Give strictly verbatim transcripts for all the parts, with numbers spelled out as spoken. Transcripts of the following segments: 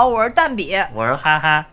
好，我是蛋比， 我是哈哈。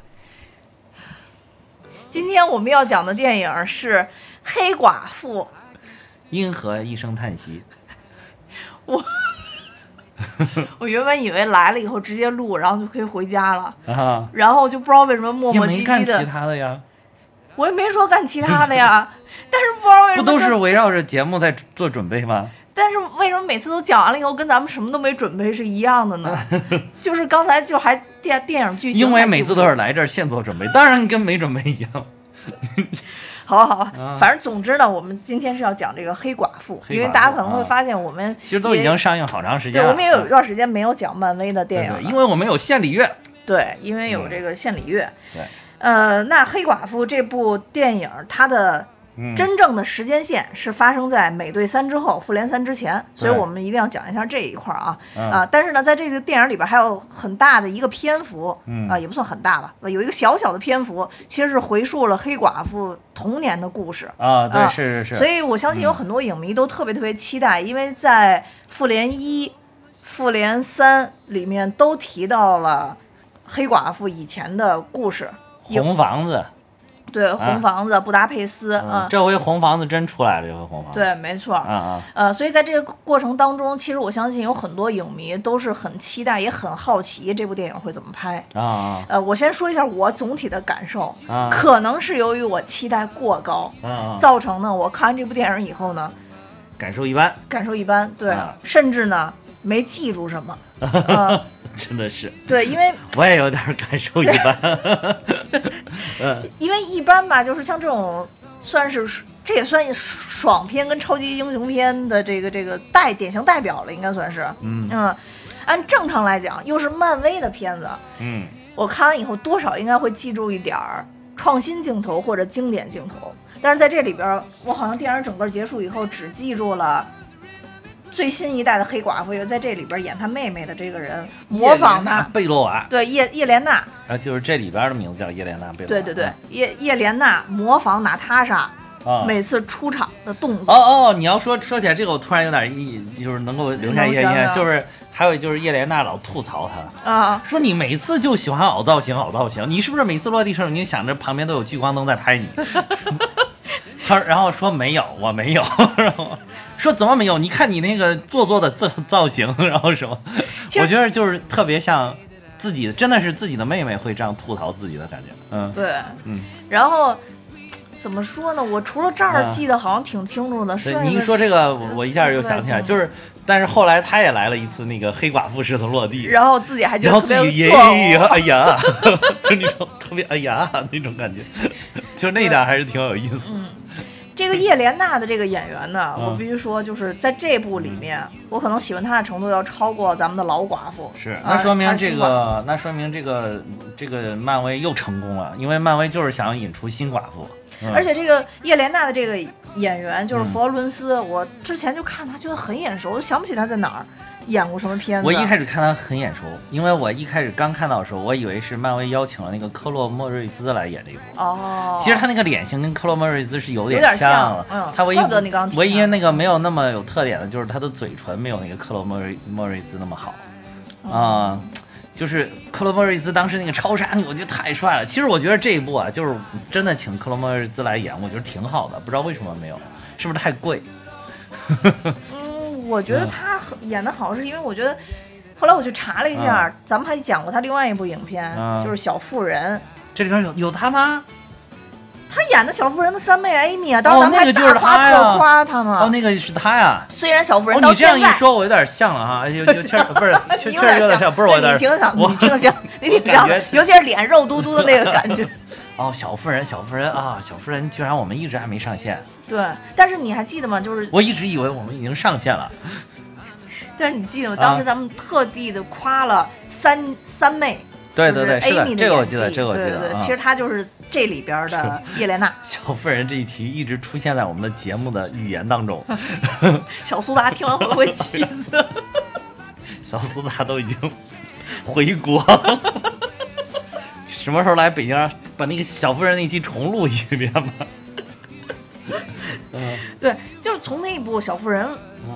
今天我们要讲的电影是《黑寡妇》。 因何一声叹息？ 我我原本以为来了以后直接录，然后就可以回家了啊，然后就不知道为什么磨磨唧唧的。 也没干其他的呀。 我也没说干其他的呀，但是不知道为什么。 不都是围绕着节目在做准备吗？ 但是为什么每次都讲完了以后跟咱们什么都没准备是一样的呢？就是刚才就还电电影剧情， 因为每次都是来这儿现做准备，当然跟没准备一样。 好好好，啊、反正总之呢，我们今天是要讲这个黑寡妇，因为大家可能会发现我们其实都已经上映好长时间了， 对，我们也有一段时间没有讲漫威的电影了， 对对，因为我们有献礼乐， 对，因为有这个献礼乐， 对， 呃，那黑寡妇这部电影它的真正的时间线是发生在美队三之后，复联三之前，所以我们一定要讲一下这一块啊、嗯、啊！但是呢，在这个电影里边还有很大的一个篇幅，嗯啊，也不算很大吧，有一个小小的篇幅，其实是回溯了黑寡妇童年的故事啊。对，是是是。 所以我相信有很多影迷都特别特别期待，嗯、因为在复联一、复联三里面都提到了黑寡妇以前的故事， 红房子。 对，红房子、啊、布达佩斯，嗯、 呃，这回红房子真出来了，这回红房子。 对，没错， 啊啊， 呃，所以在这个过程当中，其实我相信有很多影迷都是很期待，也很好奇这部电影会怎么拍啊啊。 呃，我先说一下我总体的感受，啊、可能是由于我期待过高， 啊， 造成呢，我看完这部电影以后呢， 感受一般， 感受一般，对， 啊、 甚至呢没记住什么，呃、 真的是， 对，因为我也有点感受一般。 因为一般吧，就是像这种算是这也算爽片跟超级英雄片的这个这个代典型代表了，应该算是。嗯嗯，按正常来讲，又是漫威的片子， 嗯， 我看完以后多少应该会记住一点儿创新镜头或者经典镜头，但是在这里边，我好像电影整个结束以后只记住了最新一代的黑寡妇，也在这里边演她妹妹的这个人模仿她贝洛娃， 对叶叶莲娜啊，就是这里边的名字叫叶莲娜贝洛娃， 对对对，叶叶莲娜模仿娜塔莎啊每次出场的动作。 哦哦，你要说说起来这个，我突然有点意，就是能够留下一些印象，就是还有就是叶莲娜老吐槽她啊， 说你每次就喜欢凹造型凹造型，你是不是每次落地时候你想着旁边都有聚光灯在拍你？他然后说没有，我没有，然后。说怎么没有？你看你那个做作的造造型，然后什么？我觉得就是特别像自己，真的是自己的妹妹会这样吐槽自己的感觉。嗯， 对， 嗯。 然后怎么说呢？我除了这儿记得好像挺清楚的。 对、啊，你一说这个，我一下就想起来，就是，但是后来他也来了一次那个黑寡妇式的落地， 然后自己还觉得特别然后自己耶，哎呀，就那种特别哎呀那种感觉，就那点还是挺有意思。 嗯。这个叶莲娜的这个演员呢， 嗯、 我必须说，就是在这部里面，我可能喜欢她的程度要超过咱们的老寡妇。 是，那说明这个，啊、那说明这个这个漫威又成功了，因为漫威就是想引出新寡妇。嗯、 而且这个叶莲娜的这个演员就是佛罗伦斯，嗯、我之前就看她觉得很眼熟，我想不起她在哪儿演过什么片子。 我一开始看她很眼熟，因为我一开始刚看到的时候，我以为是漫威邀请了那个科洛莫瑞兹来演这一部。 哦， 其实她那个脸型跟科洛莫瑞兹是有点像了， 嗯， 她唯一你唯一那个没有那么有特点的就是她的嘴唇没有那个科洛莫瑞莫瑞兹那么好啊。 哦嗯就是克罗莫瑞兹当时那个超杀女，我觉得太帅了。其实我觉得这一部啊，就是真的请克罗莫瑞兹来演，我觉得挺好的。不知道为什么没有，是不是太贵？ 嗯，我觉得他演的好，是因为我觉得，后来我去查了一下，嗯、咱们还讲过他另外一部影片，嗯、就是《小妇人》。 这里边有有他吗？ 他演的小妇人的三妹艾米啊，当时咱们还大夸特夸他嘛。 哦，那个是他呀。 虽然小妇人到现在，哦，你这样一说，我有点像了哈，有有确实不是，确确实有点像，不是我有点。 你挺像，你挺像，你挺像，尤其是脸肉嘟嘟的那个感觉。 哦，小妇人，小妇人啊，小妇人，居然我们一直还没上线。 对，但是你还记得吗？就是我一直以为我们已经上线了。 但是你记得吗？当时咱们特地的夸了三三妹。 对对对， 是的， 这个我记得，这个我记得。 对对对， 嗯、 其实她就是这里边的叶莲娜。 小妇人这一题一直出现在我们的节目的语言当中。 小苏打听完会不会气死？ 小苏打都已经回国，什么时候来北京把那个小妇人那期重录一遍吧？ 嗯，对，就是从那一部小妇人。嗯，开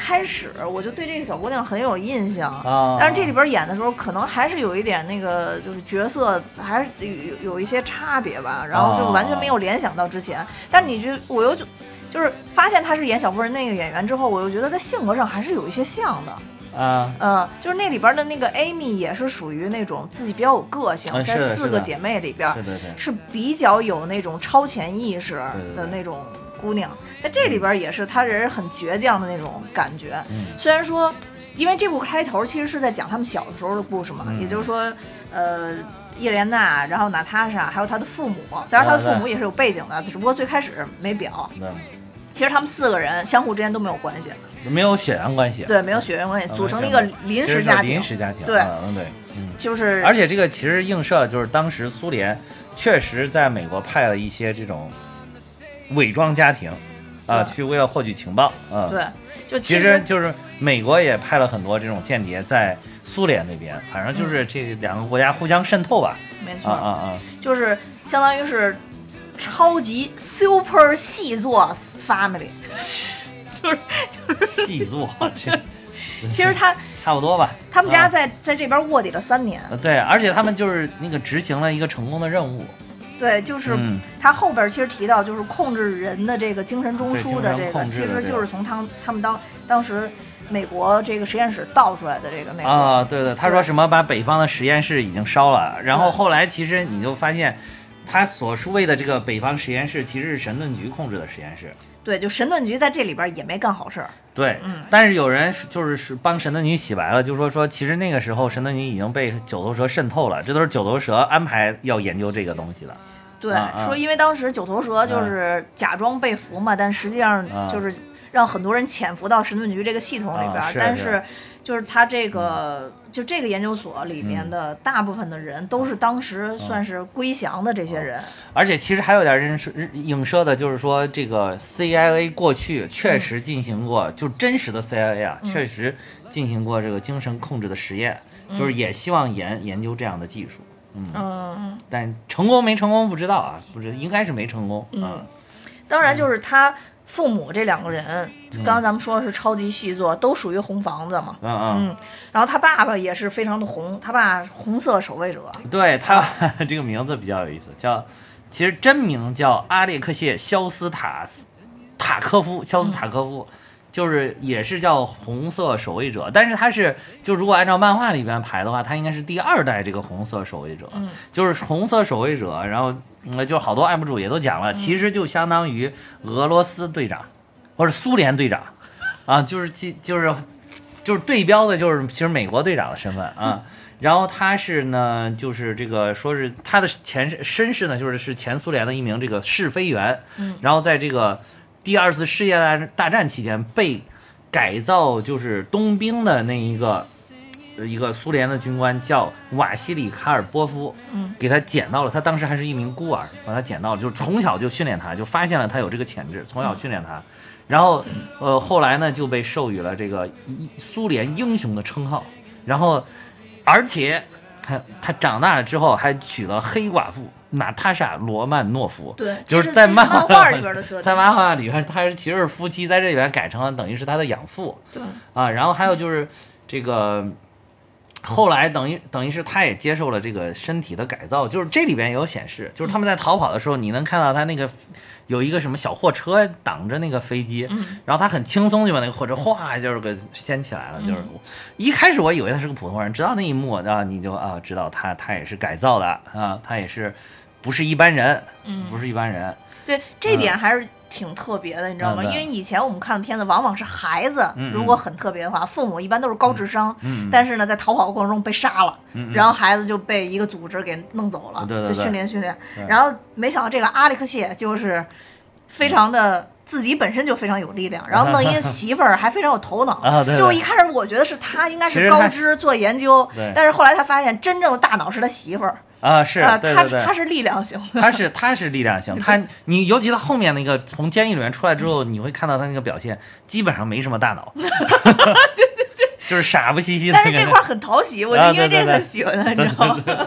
开始我就对这个小姑娘很有印象啊， 但是这里边演的时候可能还是有一点那个就是角色还是有有一些差别吧，然后就完全没有联想到之前。但你就我又就就是发现她是演小妇人那个演员之后，我又觉得在性格上还是有一些像的。 啊， 嗯，就是那里边的那个 Amy 也是属于那种自己比较有个性， 嗯、 在四个姐妹里边， 是对对， 是比较有那种超前意识的那种姑娘，在这里边也是她人很倔强的那种感觉。 嗯， 虽然说，因为这部开头其实是在讲他们小的时候的故事嘛， 嗯、 也就是说，呃。叶莲娜，然后娜塔莎，还有她的父母，当然她的父母也是有背景的，只不过最开始没表。其实他们四个人相互之间都没有关系， 没有血缘关系。 对，没有血缘关系，组成了一个临时家庭。 临时家庭。 对， 嗯对，嗯， 就是。 而且这个其实映射就是当时苏联确实在美国派了一些这种伪装家庭，啊，去为了获取情报。嗯， 对，就其实就是美国也派了很多这种间谍在苏联那边，反正就是这两个国家互相渗透吧。 没错， 啊啊啊， 就是相当于是超级 super 细作 family， 就是就是细作， 其实他差不多吧。 他们家在、啊、在这边卧底了三年。 对，而且他们就是那个执行了一个成功的任务。 对，就是他后边其实提到，就是控制人的这个精神中枢的这个，其实就是从他他们当当时美国这个实验室盗出来的这个那个啊，对对，他说什么把北方的实验室已经烧了，然后后来其实你就发现，他所谓的这个北方实验室其实是神盾局控制的实验室。 对，就神盾局在这里边也没干好事儿。 对， 嗯， 但是有人就是是帮神盾局洗白了，就说说其实那个时候神盾局已经被九头蛇渗透了，这都是九头蛇安排要研究这个东西的。 对， 啊啊说因为当时九头蛇就是假装被俘嘛，啊、但实际上就是让很多人潜伏到神盾局这个系统里边， 啊、是但是就是他这个、嗯、就这个研究所里面的大部分的人都是当时算是归降的这些人。 嗯、而且其实还有点认识影射的，就是说这个 C I A 过去确实进行过，嗯、就真实的 C I A 啊， 嗯、 确实进行过这个精神控制的实验，嗯、就是也希望研研究这样的技术。嗯, 嗯， 但成功没成功不知道啊，不知应该是没成功。 嗯，嗯当然就是他父母这两个人，嗯、刚刚咱们说的是超级细作，都属于红房子嘛。 嗯嗯。 嗯，然后他爸爸也是非常的红，他爸红色守卫者。 对他、啊、这个名字比较有意思，叫其实真名叫阿列克谢·肖斯塔斯塔科夫，肖斯塔科夫。嗯就是也是叫红色守卫者，但是他是就如果按照漫画里边排的话，他应该是第二代这个红色守卫者， 嗯， 就是红色守卫者，然后嗯，就好多 U P 主也都讲了，其实就相当于俄罗斯队长或者苏联队长啊，就是就是就是对标的就是其实美国队长的身份啊。然后他是呢，就是这个说是他的前身世呢，就是是前苏联的一名这个试飞员， 嗯， 然后在这个第二次世界大战期间被改造，就是冬兵的那一个一个苏联的军官叫瓦西里卡尔波夫， 嗯， 给他捡到了，他当时还是一名孤儿，把他捡到了，就是从小就训练他，就发现了他有这个潜质，从小训练他，然后呃后来呢就被授予了这个苏联英雄的称号，然后而且他他长大了之后还娶了黑寡妇娜塔莎罗曼诺夫， 对， 就是在漫画里边的设定， 在漫画里边，他其实是夫妻，在这里边改成了等于是他的养父， 对啊，然后还有就是这个后来等于等于是他也接受了这个身体的改造，就是这里边也有显示，就是他们在逃跑的时候，你能看到他那个有一个什么小货车挡着那个飞机， 嗯， 然后他很轻松就把那个货车哗就是给掀起来了，就是一开始我以为他是个普通人，直到那一幕啊，你就啊知道他他也是改造的啊，他也是。不是一般人， 嗯， 不是一般人。 对，这点还是挺特别的，嗯、你知道吗？因为以前我们看的片子，往往是孩子， 嗯、 如果很特别的话，父母一般都是高智商， 嗯， 但是呢，在逃跑过程中被杀了， 嗯， 然后孩子就被一个组织给弄走了， 对对对， 就训练训练。然后没想到这个阿列克谢就是非常的。自己本身就非常有力量，然后弄一个媳妇儿还非常有头脑， 啊、对对就一开始我觉得是他应该是高知做研究，但是后来他发现真正的大脑是他媳妇儿啊，是啊， 对对对， 他他是力量型， 他是他是力量型，他你尤其他后面那个从监狱里面出来之后，你会看到他那个表现基本上没什么大脑，对对对，就是傻不兮兮的， 但是这块很讨喜，我就因为这个很喜欢他，你知道吗？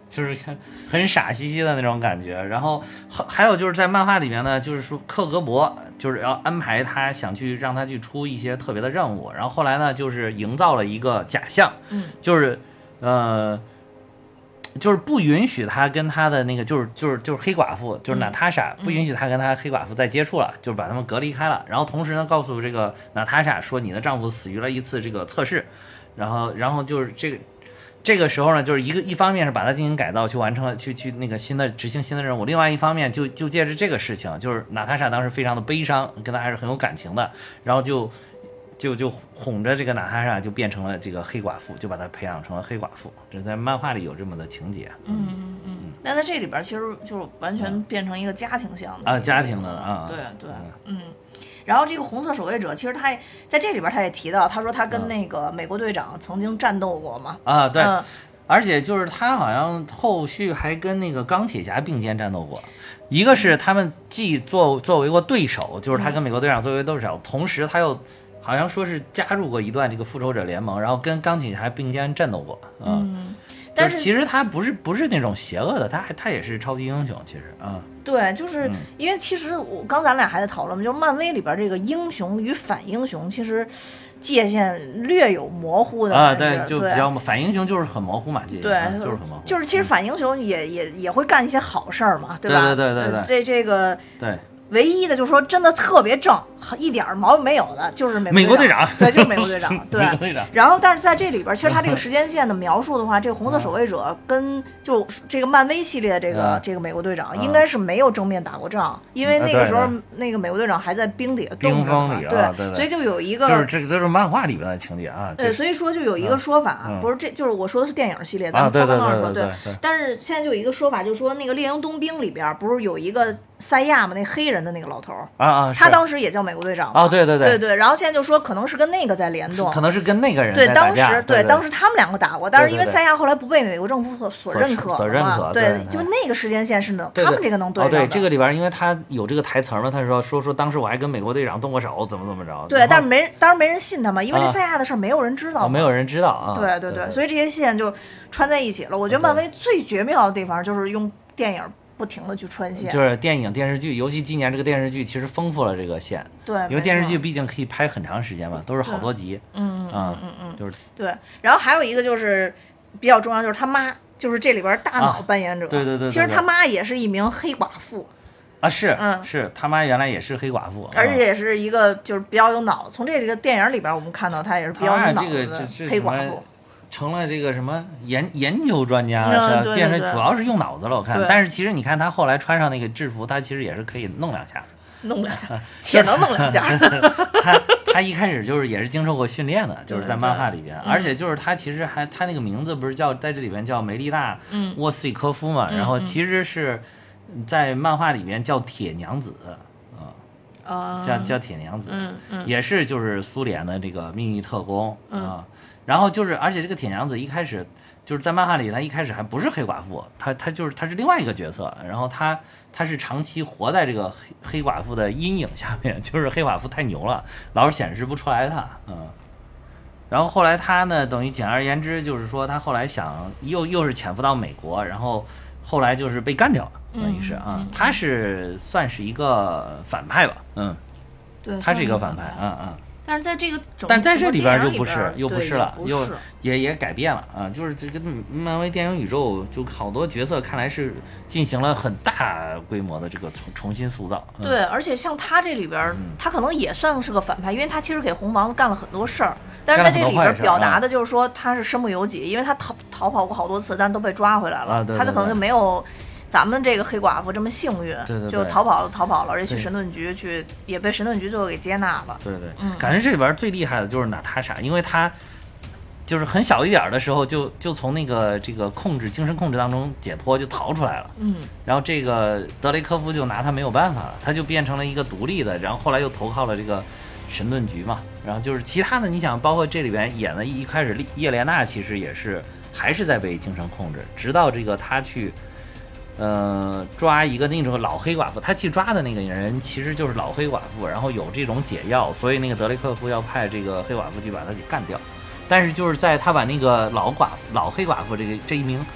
就是很很傻兮兮的那种感觉。然后还有就是在漫画里面呢，就是说克格勃就是要安排他想去让他去出一些特别的任务，然后后来呢就是营造了一个假象， 嗯， 就是呃。就是不允许他跟他的那个，就是就是就是黑寡妇，就是娜塔莎，不允许他跟他黑寡妇再接触了，就是把他们隔离开了。然后同时呢，告诉这个娜塔莎说，你的丈夫死于了一次这个测试，然后然后就是这个这个时候呢，就是一个一方面是把他进行改造，去完成了去去那个新的执行新的任务，另外一方面就就借着这个事情，就是娜塔莎当时非常的悲伤，跟他还是很有感情的，然后就。就就哄着这个娜塔莎就变成了这个黑寡妇，就把她培养成了黑寡妇。这在漫画里有这么的情节。 嗯嗯嗯。那在这里边其实就是完全变成一个家庭向的啊，家庭的啊。 对对，嗯。然后这个红色守卫者，其实他在这里边他也提到，他说他跟那个美国队长曾经战斗过嘛。 啊，对。 嗯、 而且就是他好像后续还跟那个钢铁侠并肩战斗过。一个是他们既作作为过对手，就是他跟美国队长作为对手，嗯、同时他又。好像说是加入过一段这个复仇者联盟，然后跟钢铁侠并肩战斗过， 嗯，但是其实他不是不是那种邪恶的，他还他也是超级英雄，其实啊， 对，就是因为其实我刚咱俩还在讨论，就是漫威里边这个英雄与反英雄其实界限略有模糊的啊，对，就比较反英雄就是很模糊嘛，界限对， 啊、就是很模糊， 就是其实反英雄也、嗯、也也会干一些好事儿嘛，对吧？ 对对对对对， 呃、这这个对。 唯一的就是说真的特别正，一点毛病没有的，就是美国队长， 对，就是美国队长，对。 美国队长。 然后，但是在这里边，其实他这个时间线的描述的话，这个红色守卫者跟就这个漫威系列的这个、嗯、这个美国队长，应该是没有正面打过仗，嗯、因为那个时候、 嗯、 那个美国队长还在冰底下冰封里对、 啊，对对。 所以就有一个， 就是这个都是漫画里边的情节啊。 对，所以说就有一个说法， 嗯、 不是这就是我说的是电影系列，咱们刚刚说对。但是现在就有一个说法，就是说那个猎鹰冬兵里边不是有一个塞亚嘛，那黑人的那个老头啊啊。 他当时也叫美国队长哦，对对对对对，然后现在就说可能是跟那个在联动， 可能是跟那个人对，当时对当时他们两个打过，但是因为塞亚后来不被美国政府所所认可， 所认可， 对，就那个时间线是能他们这个能对哦，对，这个里边因为他有这个台词嘛，他说说说当时我还跟美国队长动过手，怎么怎么着， 对，但是没人，当然没人信他嘛，因为这塞亚的事儿没有人知道， 没有人知道啊， 对对对，所以这些线就穿在一起了。我觉得漫威最绝妙的地方就是用电影。不停的去穿线， 就是电影电视剧，尤其今年这个电视剧其实丰富了这个线， 对， 因为电视剧毕竟可以拍很长时间嘛，都是好多集， 嗯嗯嗯嗯， 就是对。然后还有一个就是比较重要，就是他妈，就是这里边大脑扮演者， 啊、对, 对, 对对对， 其实他妈也是一名黑寡妇啊，是， 嗯， 是他妈原来也是黑寡妇， 而且也是一个就是比较有脑，从这个电影里边我们看到他也是比较有脑的黑寡妇。 成了这个什么研研究专家了， 嗯、 是吧？ 对对对变成主要是用脑子了，我看。但是其实你看他后来穿上那个制服，他其实也是可以弄两下， 弄两下，且能弄两下。 他他一开始就是也是经受过训练的，就是在漫画里边，而且就是他其实还他那个名字不是叫在这里边叫梅丽娜沃斯里科夫嘛， 嗯、 然后其实是在漫画里边叫铁娘子。 啊， 叫叫铁娘子， 嗯嗯， 也是就是苏联的这个秘密特工啊、 嗯， 然后就是而且这个铁娘子一开始就是在漫画里，她一开始还不是黑寡妇，她她就是她是另外一个角色，然后她她是长期活在这个黑黑寡妇的阴影下面，就是黑寡妇太牛了，老是显示不出来她，嗯，然后后来她呢，等于简而言之就是说她后来想又又是潜伏到美国，然后后来就是被干掉了。等于是啊，他是算是一个反派吧，嗯， 对， 他是一个反派，嗯嗯。 但是在这个， 但在这里边就不是，又不是了， 不是又也也改变了啊，就是这个漫威电影宇宙，就好多角色看来是进行了很大规模的这个重重新塑造。 对，而且像他这里边， 嗯、 他可能也算是个反派，因为他其实给红房子干了很多事儿，但是在这里边表达的就是说他是身不由己，因为他逃逃跑过好多次，但都被抓回来了， 啊、对对对， 他就可能就没有。咱们这个黑寡妇这么幸运， 对对对， 就逃跑了，逃跑了，而且去神盾局去，也被神盾局最后给接纳了。 对对， 嗯， 感觉这里边最厉害的就是娜塔莎，因为她就是很小一点的时候就就从那个这个控制精神控制当中解脱，就逃出来了。 嗯， 然后这个德雷科夫就拿他没有办法了，他就变成了一个独立的，然后后来又投靠了这个神盾局嘛。然后就是其他的，你想，包括这里边演的一开始叶莲娜其实也是还是在被精神控制，直到这个他去。呃，抓一个那种老黑寡妇，他去抓的那个人其实就是老黑寡妇，然后有这种解药，所以那个德雷克夫要派这个黑寡妇去把他给干掉。但是就是在他把那个老寡妇、老黑寡妇这个这一名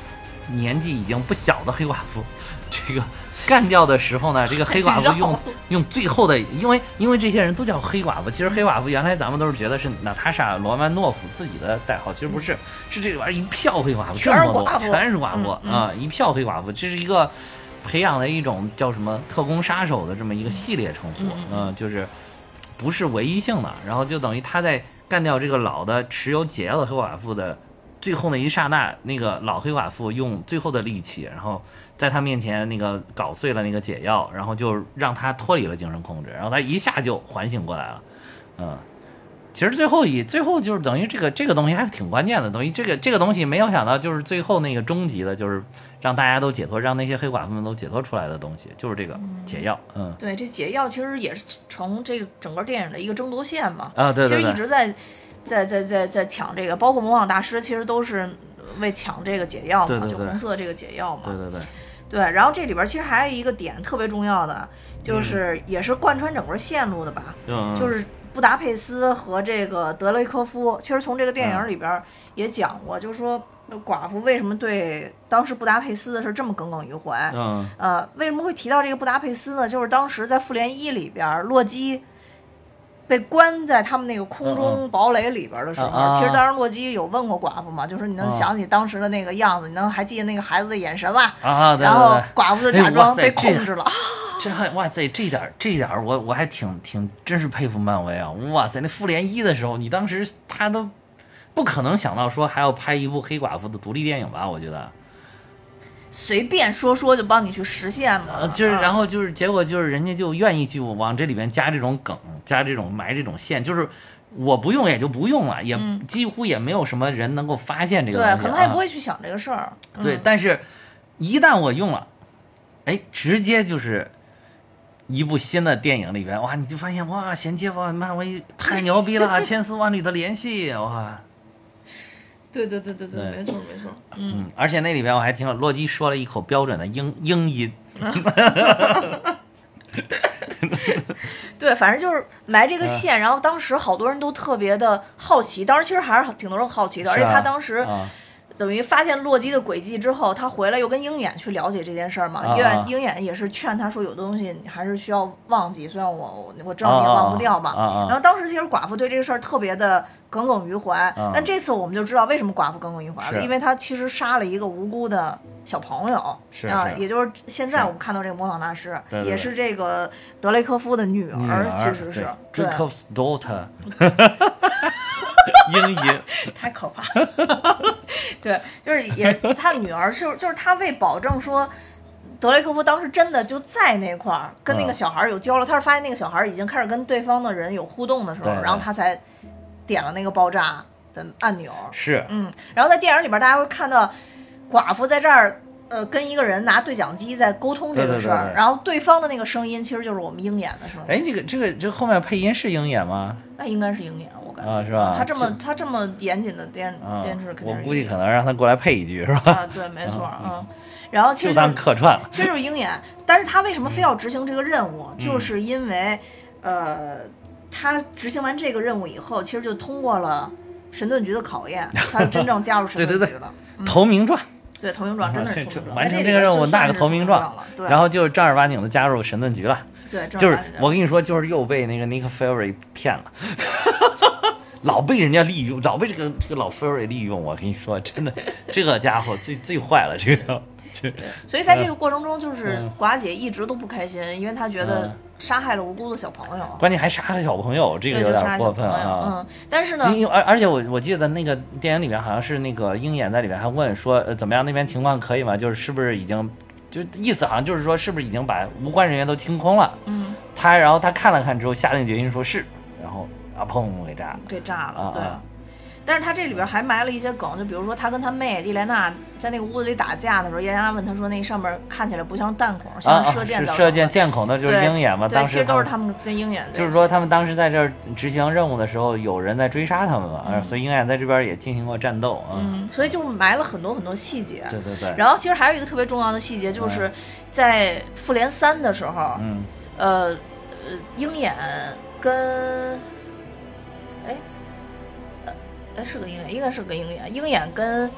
年纪已经不小的黑寡妇，这个干掉的时候呢，这个黑寡妇用用最后的，因为因为这些人都叫黑寡妇，其实黑寡妇原来咱们都是觉得是娜塔莎罗曼诺夫自己的代号，其实不是，是这玩意儿一票黑寡妇，这么多全是寡妇啊，一票黑寡妇，这是一个培养的一种叫什么特工杀手的这么一个系列称呼，嗯，就是不是唯一性的，然后就等于他在干掉这个老的持有解药的黑寡妇的最后那一刹那，那个老黑寡妇用最后的力气，然后在他面前那个搞碎了那个解药，然后就让他脱离了精神控制，然后他一下就缓醒过来了。嗯，其实最后以最后就是等于这个这个东西还挺关键的，等于这个这个东西没有想到就是最后那个终极的，就是让大家都解脱，让那些黑寡妇们都解脱出来的东西，就是这个解药。嗯， 对，这解药其实也是成这个整个电影的一个争夺线嘛。 啊，对对对， 其实一直在。在在在在抢这个，包括模仿大师，其实都是为抢这个解药嘛， 对对对， 就红色这个解药嘛。 对对对。 对，然后这里边其实还有一个点特别重要的，就是也是贯穿整个线路的吧， 嗯、 就是布达佩斯和这个德雷科夫。其实从这个电影里边也讲过，嗯、就是说寡妇为什么对当时布达佩斯的事这么耿耿于怀。 嗯。 呃，为什么会提到这个布达佩斯呢？就是当时在复联一里边，洛基被关在他们那个空中堡垒里边的时候， 嗯嗯、 其实当时洛基有问过寡妇嘛，就是你能想起当时的那个样子，嗯、你能还记得那个孩子的眼神吧？ 啊，对对对， 然后寡妇的假装被控制了。 这还哇塞，这点这点我我还挺挺真是佩服漫威啊！哇塞，那复联一的时候，你当时他都不可能想到说还要拍一部黑寡妇的独立电影吧？我觉得。 随便说说就帮你去实现嘛， 呃，就是然后就是结果就是人家就愿意去往这里边加这种梗，加这种埋这种线，就是我不用也就不用了，也、嗯、几乎也没有什么人能够发现这个东西， 对，可能他也不会去想这个事儿、啊嗯。对，但是一旦我用了，哎，直接就是一部新的电影里边，哇，你就发现哇，衔接哇，漫威太牛逼了，千丝万缕的联系，哇。 对对对对对，没错没错，嗯, 嗯，而且那里边我还听了洛基说了一口标准的英英音， 对，反正就是埋这个线，嗯、然后当时好多人都特别的好奇，当时其实还是挺多人好奇的， 啊、 而且他当时。 啊等于发现洛基的轨迹之后，他回来又跟鹰眼去了解这件事儿嘛。鹰眼、啊、鹰眼也是劝他说，有的东西你还是需要忘记，虽然我我知道你也忘不掉嘛。 啊啊、 然后当时其实寡妇对这个事儿特别的耿耿于怀， 啊、 但这次我们就知道为什么寡妇耿耿于怀了，因为他其实杀了一个无辜的小朋友是啊，也就是现在我们看到这个模仿大师， 对对对也是这个德雷科夫的女儿， 女儿其实是 Dracov's daughter。英音太可怕了对，就是也他女儿是就是他为保证说德雷科夫当时真的就在那块儿跟那个小孩有交流、嗯、他是发现那个小孩已经开始跟对方的人有互动的时候，然后他才点了那个爆炸的按钮， 是嗯，然后在电影里边大家会看到寡妇在这儿呃，跟一个人拿对讲机在沟通这个事儿，然后对方的那个声音其实就是我们鹰眼的声音。 哎，这个这个这后面配音是鹰眼吗？ 那应该是鹰眼，我感觉啊，是吧？ 他这么他这么严谨的电、啊、电视肯定是， 我估计可能让他过来配一句，是吧？ 啊，对，没错啊。嗯、然后其实就当客串了， 其实就是鹰眼，但是他为什么非要执行这个任务？嗯、就是因为呃，他执行完这个任务以后，其实就通过了神盾局的考验，他真正加入神盾局了。 对对对，嗯、投名状。 对，投名状真的是投名状， 完成这个任务拿个投名状，然后就正儿八经的加入神盾局了。 对， 就是我跟你说，就是又被那个 Nick Fury 骗了，老被人家利用，老被这个这个老 Fury 利用。我跟你说，真的，这个家伙最最坏了，这个。 对，所以在这个过程中，就是寡姐一直都不开心，因为她觉得杀害了无辜的小朋友， 关键还杀了小朋友，这个有点过分啊。 嗯，但是呢， 而而且我我记得那个电影里面好像是那个鹰眼在里面还问说，呃，怎么样那边情况可以吗？就是是不是已经，就意思好像就是说是不是已经把无关人员都清空了？ 嗯， 他然后他看了看之后下定决心说是，然后啊砰给炸了， 给炸了， 啊、 对。但是他这里边还埋了一些梗，就比如说他跟他妹蒂莲娜在那个屋子里打架的时候，叶莲娜问他说那上面看起来不像弹孔，像射箭的、 啊、是射箭箭孔的就是鹰眼嘛，当时其实都是他们跟鹰眼， 就是说他们当时在这儿执行任务的时候有人在追杀他们嘛、嗯、所以鹰眼在这边也进行过战斗啊、 嗯，所以就埋了很多很多细节。 对对对。 然后其实还有一个特别重要的细节，就是在复联三的时候， 嗯， 呃呃，鹰眼跟哎。呃，是个鹰眼，应该是个鹰眼。鹰眼跟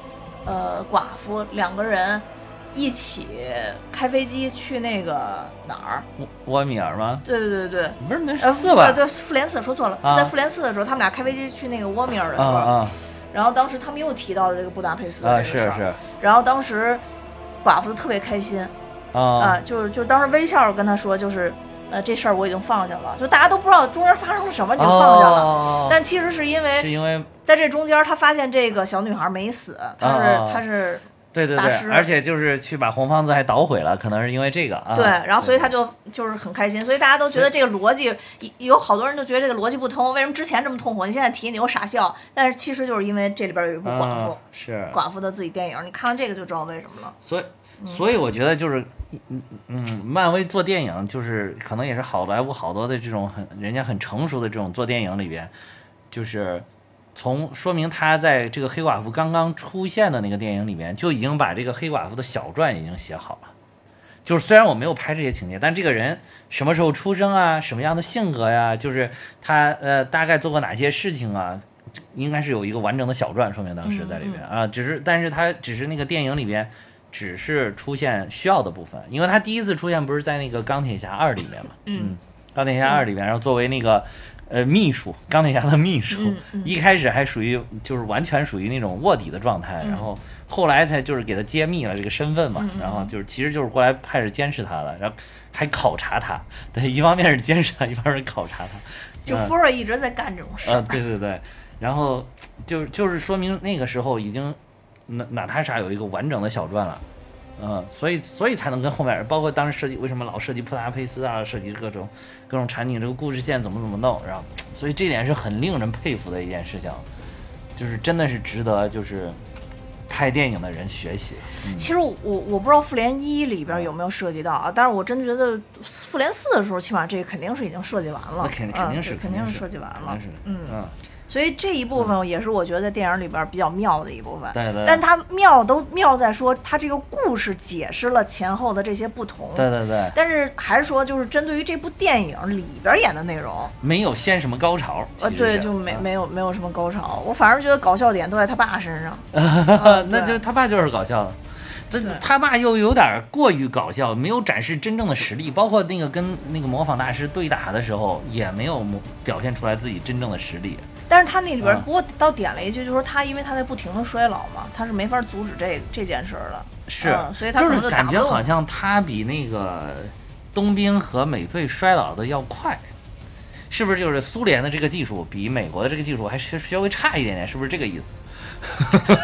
呃寡妇两个人一起开飞机去那个哪儿？ 沃米尔吗？ 对对对对， 不是那是四吧？ 呃、对，复联四说错了，啊、在复联四的时候，他们俩开飞机去那个沃米尔的时候， 啊啊、 然后当时他们又提到了这个布达佩斯的这个事儿、 啊，是是， 然后当时寡妇就特别开心， 啊、 呃，就是就当时微笑跟他说，就是呃这事儿我已经放下了，就大家都不知道中间发生了什么，你就放下了， 哦、 但其实是因为是因为在这中间他发现这个小女孩没死，她是、 哦、 她是。 对对对，而且就是去把红房子还捣毁了，可能是因为这个啊。 对，然后所以他就就是很开心，所以大家都觉得这个逻辑，有好多人就觉得这个逻辑不通，为什么之前这么痛苦，你现在提你又傻笑？但是其实就是因为这里边有一部寡妇， 嗯、是寡妇的自己电影，你看完这个就知道为什么了。 所以，所以我觉得就是，嗯嗯，漫威做电影就是可能也是好莱坞好多的这种很人家很成熟的这种做电影里边，就是。从说明他在这个黑寡妇刚刚出现的那个电影里面就已经把这个黑寡妇的小传已经写好了，就是虽然我没有拍这些情节，但这个人什么时候出生啊，什么样的性格呀，就是他呃大概做过哪些事情啊，应该是有一个完整的小传，说明当时在里边嗯嗯啊，只是但是他只是那个电影里边只是出现需要的部分，因为他第一次出现不是在那个钢铁侠二里面嘛，嗯，钢铁侠二里面，然后作为那个。呃，秘书，钢铁侠的秘书， 嗯嗯、 一开始还属于就是完全属于那种卧底的状态， 嗯、 然后后来才就是给他揭秘了这个身份嘛， 嗯、 然后就是其实就是过来派着监视他的，然后还考察他，对，一方面是监视他，一方面是考察他， 就福瑞一直在干这种事。 呃，对对对，然后就就是说明那个时候已经娜娜塔莎有一个完整的小传了。嗯，所以所以才能跟后面，包括当时设计为什么老设计布达佩斯啊，设计各种各种场景，这个故事线怎么怎么弄，然后所以这点是很令人佩服的一件事情，就是真的是值得就是拍电影的人学习。嗯、 其实我我不知道复联一里边有没有涉及到啊，但是我真觉得复联四的时候，起码这个肯定是已经设计完了， 那肯定肯定是、 嗯、肯定是设计完了， 嗯嗯。 所以这一部分也是我觉得在电影里边比较妙的一部分， 对对。 但它妙都妙在说它这个故事解释了前后的这些不同， 对对对。 但是还是说就是针对于这部电影里边演的内容， 没有掀什么高潮。 呃，对，就没没有没有什么高潮，我反而觉得搞笑点都在他爸身上。 啊、那就他爸就是搞笑的。这他爸又有点过于搞笑，没有展示真正的实力，包括那个跟那个模仿大师对打的时候，也没有表现出来自己真正的实力。 但是他那里边不过倒点了一句，就是说他因为他在不停的衰老嘛，他是没法阻止这这件事的。 是， 嗯、所以他可能就是感觉好像他比那个冬兵和美队衰老的要快，是不是？就是苏联的这个技术比美国的这个技术还是稍微差一点点，是不是这个意思？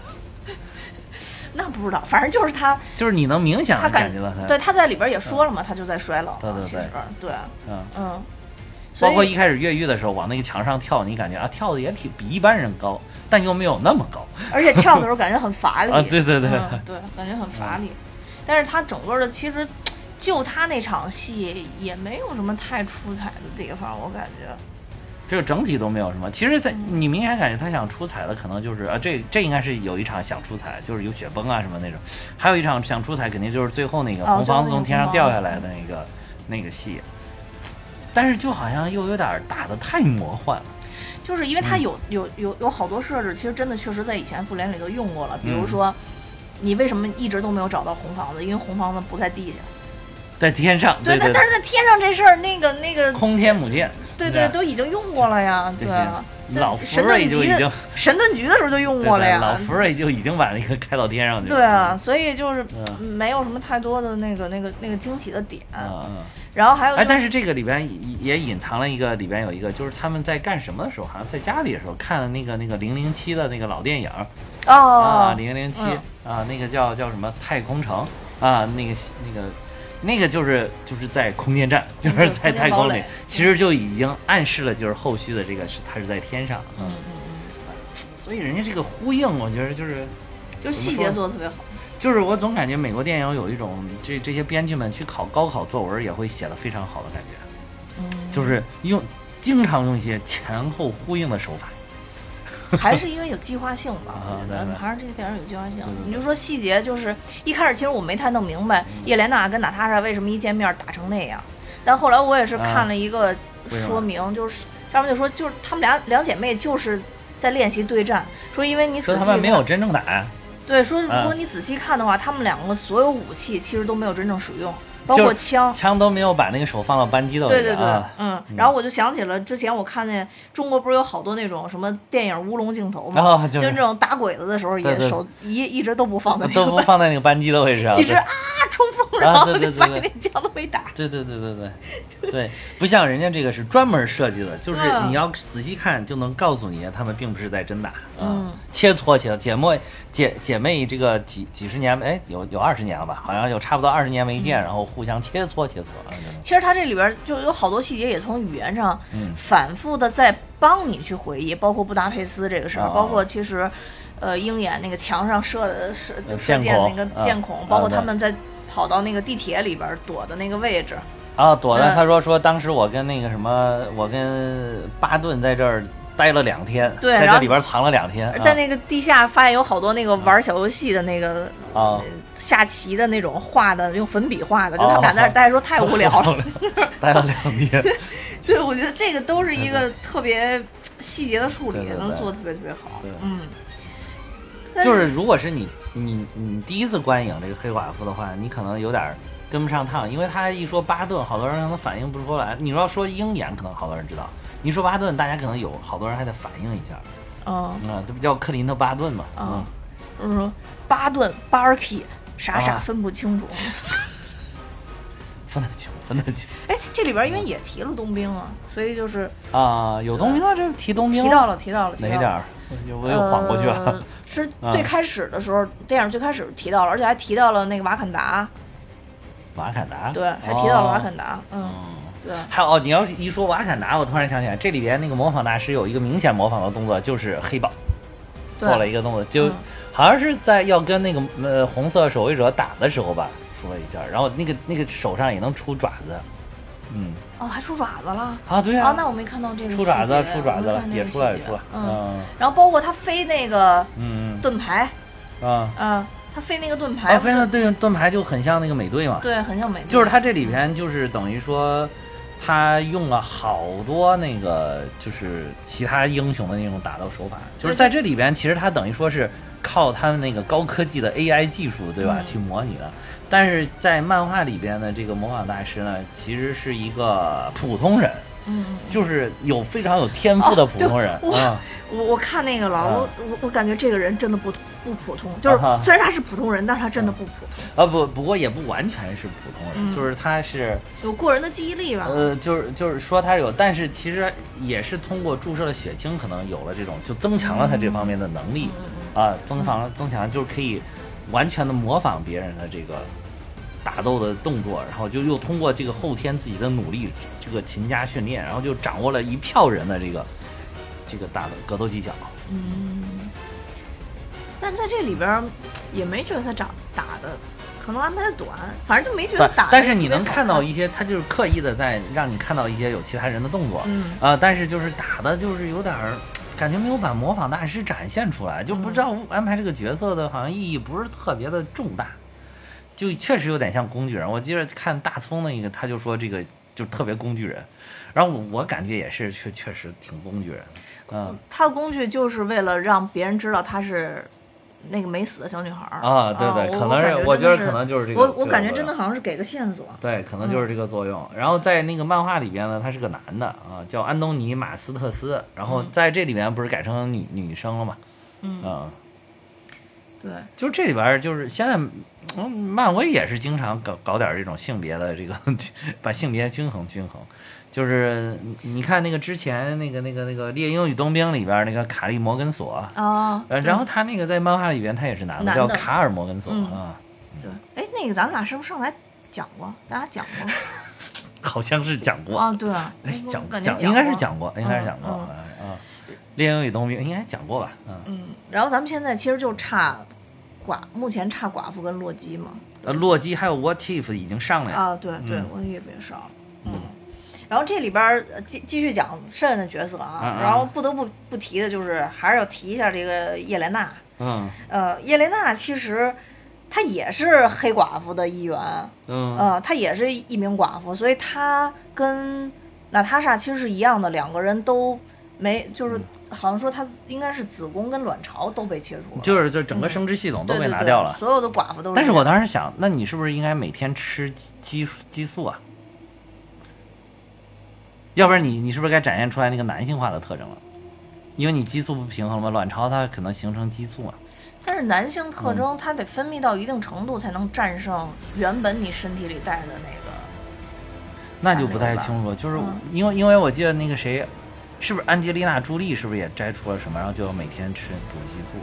那不知道，反正就是他， 就是你能明显的感觉到他， 对，他在里边也说了嘛，嗯、他就在衰老。 对对对， 对， 嗯嗯。 包括一开始越狱的时候往那个墙上跳，你感觉啊跳的也挺比一般人高，但又没有那么高， 而且跳的时候感觉很乏力啊，对对对、 嗯、对，感觉很乏力。但是他整个的其实就他那场戏也没有什么太出彩的地方，我感觉。 这个整体都没有什么，其实在你明显感觉他想出彩的可能就是啊，这这应该是有一场想出彩，就是有雪崩啊什么那种，还有一场想出彩肯定就是最后那个红房子从天上掉下来的那个、哦、那个戏。但是就好像又有点打得太魔幻了， 就是因为它有、嗯、有有有好多设置，其实真的确实在以前复联里头用过了。比如说，嗯、你为什么一直都没有找到红房子？因为红房子不在地下， 在天上。对, 对, 对但是在天上这事儿，那个那个空天母舰， 对 对, 对，都已经用过了呀。对啊， 老福瑞就已经神盾局的时候就用过了呀。 对对老福瑞就已经把那个开到天上去了。 对啊，所以就是没有什么太多的那个那个那个惊喜的点。 嗯嗯。 然后还有、就是， 哎，但是这个里边也隐藏了一个，里边有一个，就是他们在干什么的时候，好像在家里的时候看了那个那个零零七的那个老电影， 哦啊，零零七啊，那个叫叫什么太空城啊，那个那个那个就是就是在空间站，就是在太空里，其实就已经暗示了，就是后续的这个是它是在天上， 嗯嗯嗯， 所以人家这个呼应，我觉得就是就细节做的特别好。 就是我总感觉美国电影有一种这这些编剧们去考高考作文也会写得非常好的感觉， 嗯， 就是用经常用一些前后呼应的手法， 还是因为有计划性吧？ 啊，对对， 还是这个电影有计划性。 对对对你就说细节，就是一开始其实我没太弄明白叶莲娜跟娜塔莎为什么一见面打成那样，但后来我也是看了一个说明，啊、就是上面就说就是她们俩两姐妹就是在练习对战，说因为你仔细说她们没有真正打。 对，说如果你仔细看的话，他们两个所有武器其实都没有真正使用。包括枪， 枪都没有把那个手放到扳机的位置。 对对对， 啊、 嗯。然后我就想起了之前我看见中国不是有好多那种什么电影乌龙镜头嘛， 哦、就, 就这种打鬼子的时候也手一一直都不放在那个都不放在那个扳机的位置上， 一直啊冲锋，然后就发现那枪都没打。 对对对对对对，不像人家这个是专门设计的，就是你要仔细看就能告诉你，他们并不是在真打。 嗯， 切磋切姐妹姐姐妹这个几几十年，哎，有有二十年了吧？好像有差不多二十年没见，嗯、然后互相切磋切磋。 其实它这里边就有好多细节，也从语言上反复的在帮你去回忆，嗯、包括布达佩斯这个事儿，哦、包括其实，呃，鹰眼那个墙上射的射就射箭那个箭孔， 嗯、 包括他们在跑到那个地铁里边躲的那个位置。 啊，躲的，他说说当时我跟那个什么，我跟巴顿在这儿。待了两天， 对， 在这里边藏了两天， 在那个地下发现有好多那个玩小游戏的那个啊、呃、下棋的那种画的，用粉笔画的，就他们俩在那待着说太无聊了， 待了两天。 所以我觉得这个都是一个特别细节的处理，对对对能做得特别特别好。嗯， 就是如果是你你你第一次观影这个黑寡妇的话，你可能有点跟不上趟，因为他一说巴顿，好多人可能反应不出来。你要说鹰眼，可能好多人知道。你说巴顿，大家可能有好多人还得反应一下。 哦， 啊，这不叫克林特·巴顿嘛？ 啊，就是说巴顿、巴尔基，傻傻分不清楚。 分得清，分得清。 哎，这里边因为也提了冬兵啊，所以就是啊，有冬兵啊，这提冬兵提到了，提到了， 哪一点？我又晃过去了。 呃、是最开始的时候，嗯、电影最开始提到了，而且还提到了那个瓦坎达。 瓦坎达？ 对，还提到了瓦坎达。哦、嗯。对， 还有哦，你要一说瓦坎达，我突然想起来，这里边那个模仿大师有一个明显模仿的动作，就是黑豹做了一个动作，就、嗯、好像是在要跟那个呃红色守卫者打的时候吧，说了一下，然后那个那个手上也能出爪子，嗯， 哦，还出爪子了啊？对啊， 哦，那我没看到这个出爪子，出爪子了，也出来也出来， 嗯，嗯然后包括他飞那个嗯盾牌， 啊嗯。他飞那个盾牌， 啊，飞那对盾牌就很像那个美队嘛， 对，很像美队。 就是他这里边就是等于说，他用了好多那个就是其他英雄的那种打斗手法，就是在这里边其实他等于说是靠他们那个高科技的 A I 技术，对吧，嗯、去模拟的。但是在漫画里边的这个模仿大师呢，其实是一个普通人。 嗯， 就是有非常有天赋的普通人。 我、 嗯、 我我看那个了，我我我感觉这个人真的不不普通，就是虽然他是普通人，但是他真的不普通。啊不，不过也不完全是普通人，嗯、就是他是有过人的记忆力吧。 呃，就是就是说他有，但是其实也是通过注射了血清，可能有了这种就增强了他这方面的能力、 嗯、 啊，增强了增强就是可以完全的模仿别人的这个。打斗的动作，然后就又通过这个后天自己的努力，这个勤加训练，然后就掌握了一票人的这个这个打的格斗技巧。 嗯，但是在这里边也没觉得他打打的，可能安排的短，反正就没觉得打。 但是你能看到一些，他就是刻意的在让你看到一些有其他人的动作， 嗯啊、呃，但是就是打的就是有点感觉没有把模仿大师展现出来，就不知道安排这个角色的好像意义不是特别的重大。就确实有点像工具人，我记得看大葱那个，他就说这个就特别工具人，然后我我感觉也是确确实挺工具人的，嗯， 他的工具就是为了让别人知道他是那个没死的小女孩啊，对对， 啊、 可能是我觉得可能就是这个， 我我感觉真的好像是给个线索， 对，可能就是这个作用。嗯、然后在那个漫画里边呢，他是个男的啊，叫安东尼马斯特斯，然后在这里边不是改成女女生了嘛， 嗯。 嗯对， 就是这里边就是现在，嗯，漫威也是经常搞搞点这种性别的这个，把性别均衡均衡。就是你看那个之前那个那个那个《猎鹰与冬兵》里边那个卡利摩根索啊， 哦， 然后他那个在漫画里边他也是男的， 男的叫卡尔摩根索、 嗯、 啊。 对，哎，那个咱们俩是不是上来讲过？咱俩讲过？ 好像是讲过啊，对啊， 哎，讲讲应该是讲过，应该是讲过啊。 嗯嗯猎鹰与冬兵应该讲过吧？嗯嗯，然后咱们现在其实就差寡，目前差寡妇跟洛基嘛。 呃，洛基还有 What If 已经上了呀。 啊，对对、嗯、，What If 也上了。嗯，然后这里边继继续讲剩下的角色啊， 嗯嗯然后不得不不提的就是还是要提一下这个叶莲娜。 嗯。 呃，叶莲娜其实她也是黑寡妇的一员。 嗯。 呃，她也是一名寡妇，所以她跟娜塔莎其实是一样的，两个人都。 没就是好像说她应该是子宫跟卵巢都被切除了， 就是就整个生殖系统都被拿掉了， 嗯、对对对所有的寡妇都是。 但是我当时想，那你是不是应该每天吃激激素啊？要不然你你是不是该展现出来那个男性化的特征了？因为你激素不平衡了嘛，卵巢它可能形成激素嘛。 但是男性特征它得分泌到一定程度才能战胜原本你身体里带的那个， 那就不太清楚，就是因为因为我记得那个谁，是不是安吉丽娜·朱莉是不是也摘出了什么，然后就要每天吃补激素？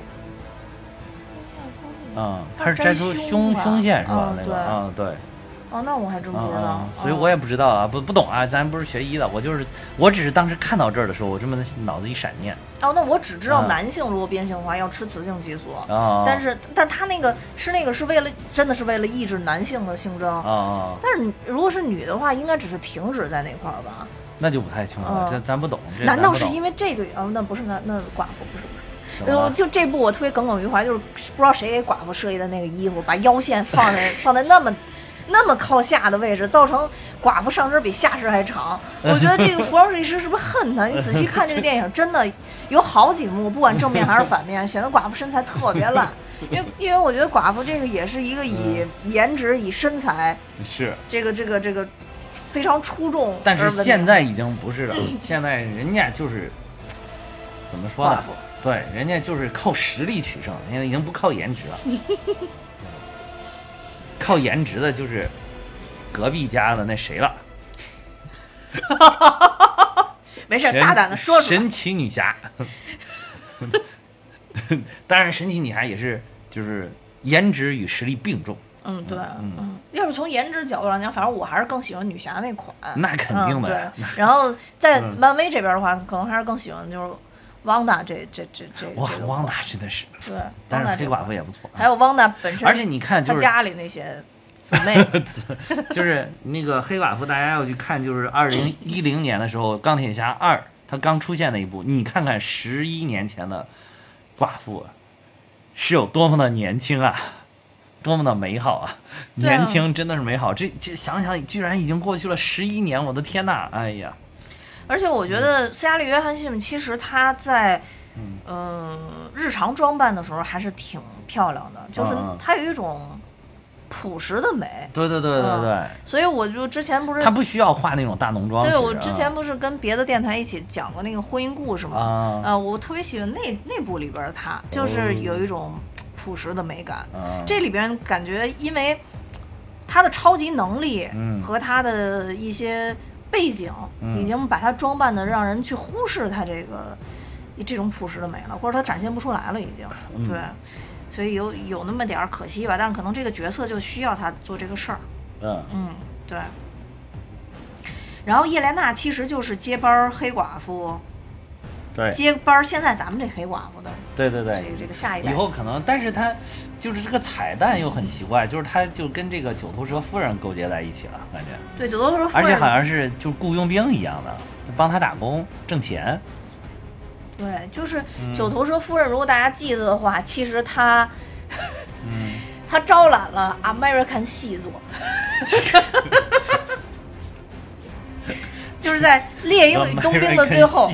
嗯，她是摘出胸胸腺是吧？那个啊对。 哦，那我还真不知道、 嗯，所以我也不知道啊，不不懂啊，咱不是学医的，我就是我只是当时看到这儿的时候，我这么脑子一闪念。 哦，那我只知道男性如果变性化要吃雌性激素， 哦、 但是但他那个吃那个是为了真的是为了抑制男性的性征， 哦、 但是如果是女的话，应该只是停止在那块儿吧？ 那就不太清楚了，嗯、这咱不懂。这难道是因为这个？哦，那不是那那寡妇不是不是。然后就这部我特别耿耿于怀，就是不知道谁给寡妇设计的那个衣服，把腰线放在放在那么。那么靠下的位置，造成寡妇上身比下身还长。我觉得这个服装设计师是不是恨他？你仔细看这个电影，真的有好几幕，不管正面还是反面，显得寡妇身材特别烂。因为因为我觉得寡妇这个也是一个以颜值、以身材是这个这个这个非常出众。 但是现在已经不是了，现在人家就是怎么说呢？对，人家就是靠实力取胜，现在已经不靠颜值了。靠颜值的就是隔壁家的那谁了。 没事，大胆的说出来。 神奇女侠。当然，神奇女侠也是就是颜值与实力并重。 嗯，对，嗯，嗯要是从颜值角度上讲，反正我还是更喜欢女侠那款。 那肯定的、 嗯。对。然后在漫威这边的话，嗯、可能还是更喜欢就是。汪达这这这这哇，汪达真的是对， 但是黑寡妇也不错。 还有汪达本身， 而且你看，就是他家里那些姊妹， 就是那个黑寡妇，大家要去看，就是二零一零年的时候，钢铁侠二他刚出现那一部，你看看十一年前的寡妇是有多么的年轻啊，多么的美好啊！年轻真的是美好。这这想想，居然已经过去了十一年，我的天哪！哎呀。 而且我觉得斯嘉丽·约翰逊其实她在，嗯、呃，日常装扮的时候还是挺漂亮的，就是她有一种朴实的美。 对对对对对。嗯、 所以我就之前不是她不需要化那种大浓妆。 对，我之前不是跟别的电台一起讲过那个婚姻故事嘛？啊、呃，我特别喜欢那那部里边的她，就是有一种朴实的美感。 哦、 这里边感觉因为她的超级能力和她的一些。背景已经把她装扮的让人去忽视她这个、嗯、这种朴实的美了，或者她展现不出来了已经。 嗯、 对，所以有有那么点可惜吧，但是可能这个角色就需要她做这个事儿。 嗯嗯，对。然后叶莲娜其实就是接班黑寡妇， 对， 接班现在咱们这黑寡妇的。 对对对， 这个这个下一代以后可能，但是她就是这个彩蛋又很奇怪，就是她就跟这个九头蛇夫人勾结在一起了，感觉。 对，九头蛇夫人， 而且好像是就雇佣兵一样的，就帮他打工挣钱。 对，就是九头蛇夫人，如果大家记得的话，其实她， 嗯， 她招揽了 American 细作。就是在《猎鹰与冬兵》的最后，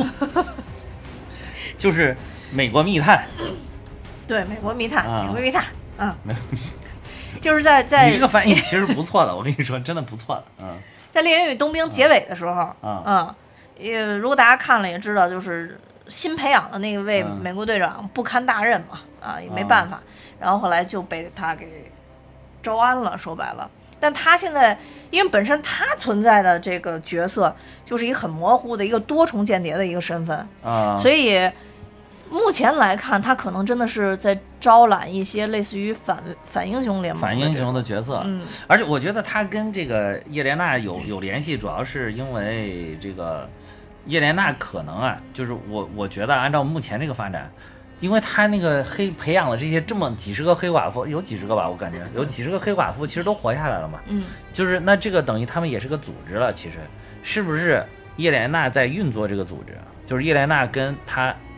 就是美国密探。 对，美国密探， 啊、 美国密探，嗯，就是在在你这个翻译其实不错的，我跟你说，真的不错的，嗯。 在《猎鹰与冬兵》结尾的时候， 啊， 嗯，也如果大家看了也知道，就是新培养的那位美国队长不堪大任嘛，啊，也没办法，然后后来就被他给招安了，说白了。但他现在，因为本身他存在的这个角色就是一个很模糊的一个多重间谍的一个身份啊， 所以目前来看，他可能真的是在招揽一些类似于反反英雄联盟、 反英雄的角色。 嗯， 而且我觉得他跟这个叶莲娜有有联系，主要是因为这个叶莲娜可能啊，就是我我觉得按照目前这个发展。因为他那个黑培养了这些这么几十个黑寡妇，有几十个吧，我感觉有几十个黑寡妇，其实都活下来了嘛。 嗯， 就是那这个等于他们也是个组织了，其实是不是叶莲娜在运作这个组织？就是叶莲娜跟他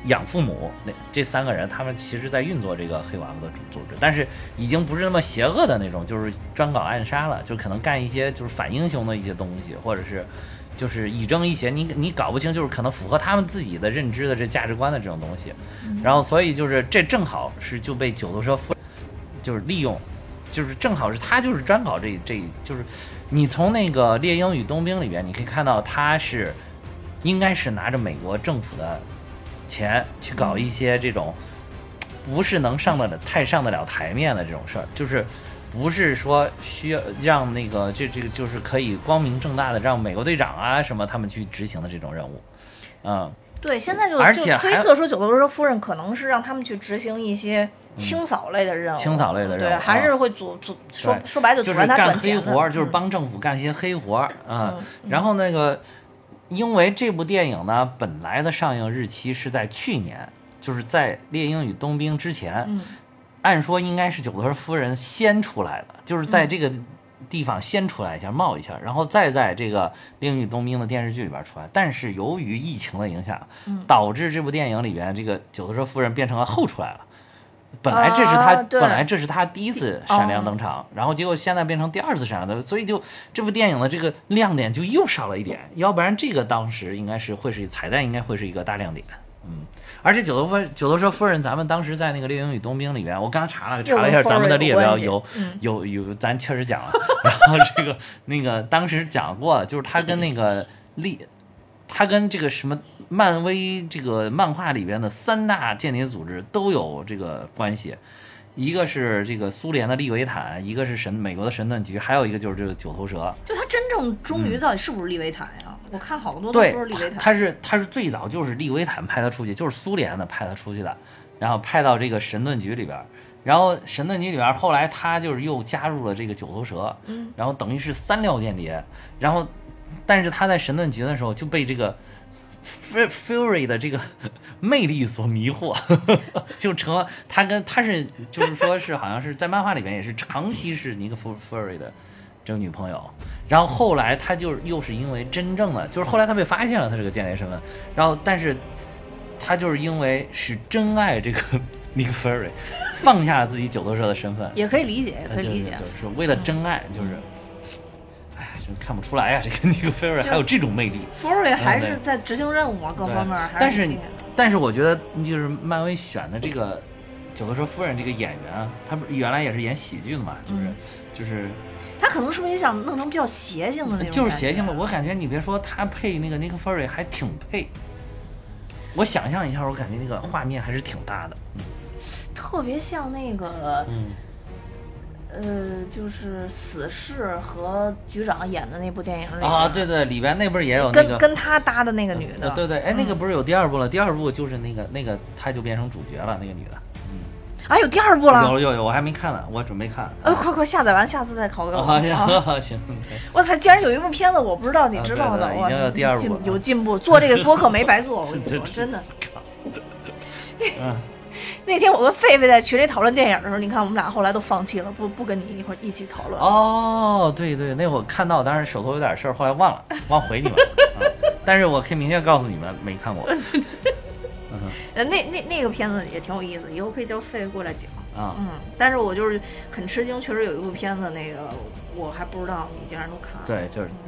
养父母那这三个人，他们其实在运作这个黑寡妇的组织，但是已经不是那么邪恶的那种，就是专搞暗杀了，就可能干一些就是反英雄的一些东西，或者是就是以正一邪，你你搞不清，就是可能符合他们自己的认知的这价值观的这种东西，然后所以就是这正好是就被九头蛇夫就是利用，就是正好是他就是专搞这这就是你从那个猎鹰与冬兵里边你可以看到他是应该是拿着美国政府的钱去搞一些这种不是能上得了太上得了台面的这种事儿，就是不是说需要让那个这这个就是可以光明正大的让美国队长啊什么他们去执行的这种任务，嗯， 对，现在就而且就推测说九头蛇夫人可能是让他们去执行一些清扫类的任务， 嗯、清扫类的任务， 对，还是会阻阻、啊、说说白就阻拦他赚钱的， 就是干黑活，就是帮政府干些黑活啊、 嗯嗯。然后那个，因为这部电影呢，本来的上映日期是在去年，就是在《猎鹰与冬兵》之前。 嗯按说应该是九头蛇夫人先出来的，就是在这个地方先出来一下冒一下，然后再在这个《猎鹰与冬兵》的电视剧里边出来。但是由于疫情的影响，导致这部电影里边这个九头蛇夫人变成了后出来了。本来这是他、 啊、 本来这是他第一次闪亮登场、哦，然后结果现在变成第二次闪亮登场，所以就这部电影的这个亮点就又少了一点。要不然这个当时应该是会是彩蛋，应该会是一个大亮点。嗯，而且九头夫九头蛇夫人，咱们当时在那个《猎鹰与冬兵》里边，我刚才查了查了一下咱们的列表，有有有，咱确实讲了。然后这个那个当时讲过，就是他跟那个利，他跟这个什么漫威这个漫画里边的三大间谍组织都有这个关系。一个是这个苏联的利维坦，一个是神美国的神盾局，还有一个就是这个九头蛇。 就他真正忠于到底是不是利维坦呀？嗯、我看好多都说是利维坦。 他是他是最早就是利维坦派他出去，就是苏联的派他出去的，然后派到这个神盾局里边，然后神盾局里边后来他就是又加入了这个九头蛇， 嗯， 然后等于是三料间谍，然后但是他在神盾局的时候就被这个。Fury 的这个魅力所迷惑，就成了他跟他是就是说是好像是在漫画里面也是长期是尼克 Fury 的这个女朋友，然后后来他就又是因为真正的就是后来他被发现了他这个间谍身份，然后但是他就是因为是真爱这个尼克 Fury， 放下了自己九头蛇的身份， 也可以理解，也可以理解， 就是、就是为了真爱，就是。看不出来呀、啊，这个尼克菲瑞还有这种魅力。 菲瑞还是在执行任务啊，各方面还是。 但是，但是我觉得就是漫威选的这个九头蛇夫人这个演员啊，他不原来也是演喜剧的嘛，就是、嗯、就是。 他可能是不是也想弄成比较邪性的那种？ 就是邪性的，我感觉你别说他配那个尼克菲瑞还挺配。我想象一下，我感觉那个画面还是挺大的，嗯、 特别像那个。 嗯。 呃，就是死侍和局长演的那部电影里啊，对对，里边那不是也有那个跟跟他搭的那个女的， 呃、对对，哎、嗯，那个不是有第二部了？第二部就是那个那个，他就变成主角了，那个女的，嗯， 啊，有第二部了？ 有有有，我还没看呢，我准备看。 呃，快快下载完，下次再考给我。 啊，行行。 我操，竟然有一部片子我不知道，你知道的， 已经有第二部， 有进步，做这个播客没白做，我跟你说，真的。 嗯。 那天我跟狒狒在群里讨论电影的时候，你看我们俩后来都放弃了，不不跟你一块一起讨论。 哦，对对，那会儿看到，当时手头有点事儿，后来忘了，忘回你们了、啊。但是我可以明确告诉你们，没看过。 嗯，那那那个片子也挺有意思，以后可以叫狒狒过来讲。 啊， 嗯，但是我就是很吃惊，确实有一部片子，那个我还不知道你竟然都看了。 对，就是。 嗯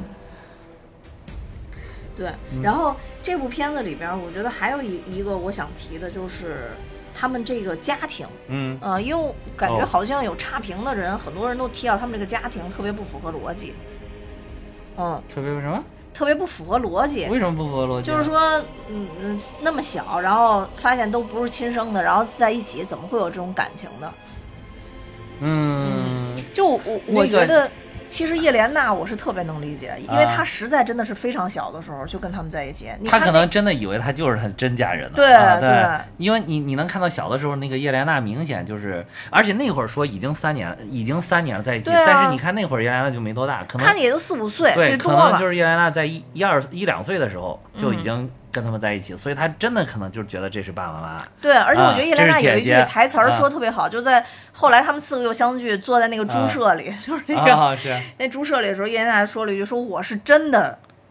对，然后这部片子里边，我觉得还有一一个我想提的就是。他们这个家庭， 嗯， 呃，因为感觉好像有差评的人，哦、很多人都提到他们这个家庭特别不符合逻辑，嗯， 特别什么？ 特别不符合逻辑。 为什么不符合逻辑？ 就是说，嗯嗯，那么小，然后发现都不是亲生的，然后在一起，怎么会有这种感情呢？ 嗯， 嗯就我我觉得。那个其实叶莲娜我是特别能理解，因为她实在真的是非常小的时候就跟他们在一起。 她可能真的以为她就是她真家人呢。 对、 啊、对, 对， 因为你你能看到小的时候那个叶莲娜明显就是，而且那会儿说已经三年，已经三年了在一起， 啊、 但是你看那会儿叶莲娜就没多大，可能看你也就四五岁， 对， 最多可能就是叶莲娜在一一二一两岁的时候就已经。跟他们在一起，所以他真的可能就是觉得这是爸爸妈妈。 对，而且我觉得叶莲娜有一句台词儿说姐姐特别好，啊、就在后来他们四个又相聚，坐在那个猪舍里，啊、就是那个、 啊、是那猪舍里的时候，叶莲娜说了一句：“说我是真的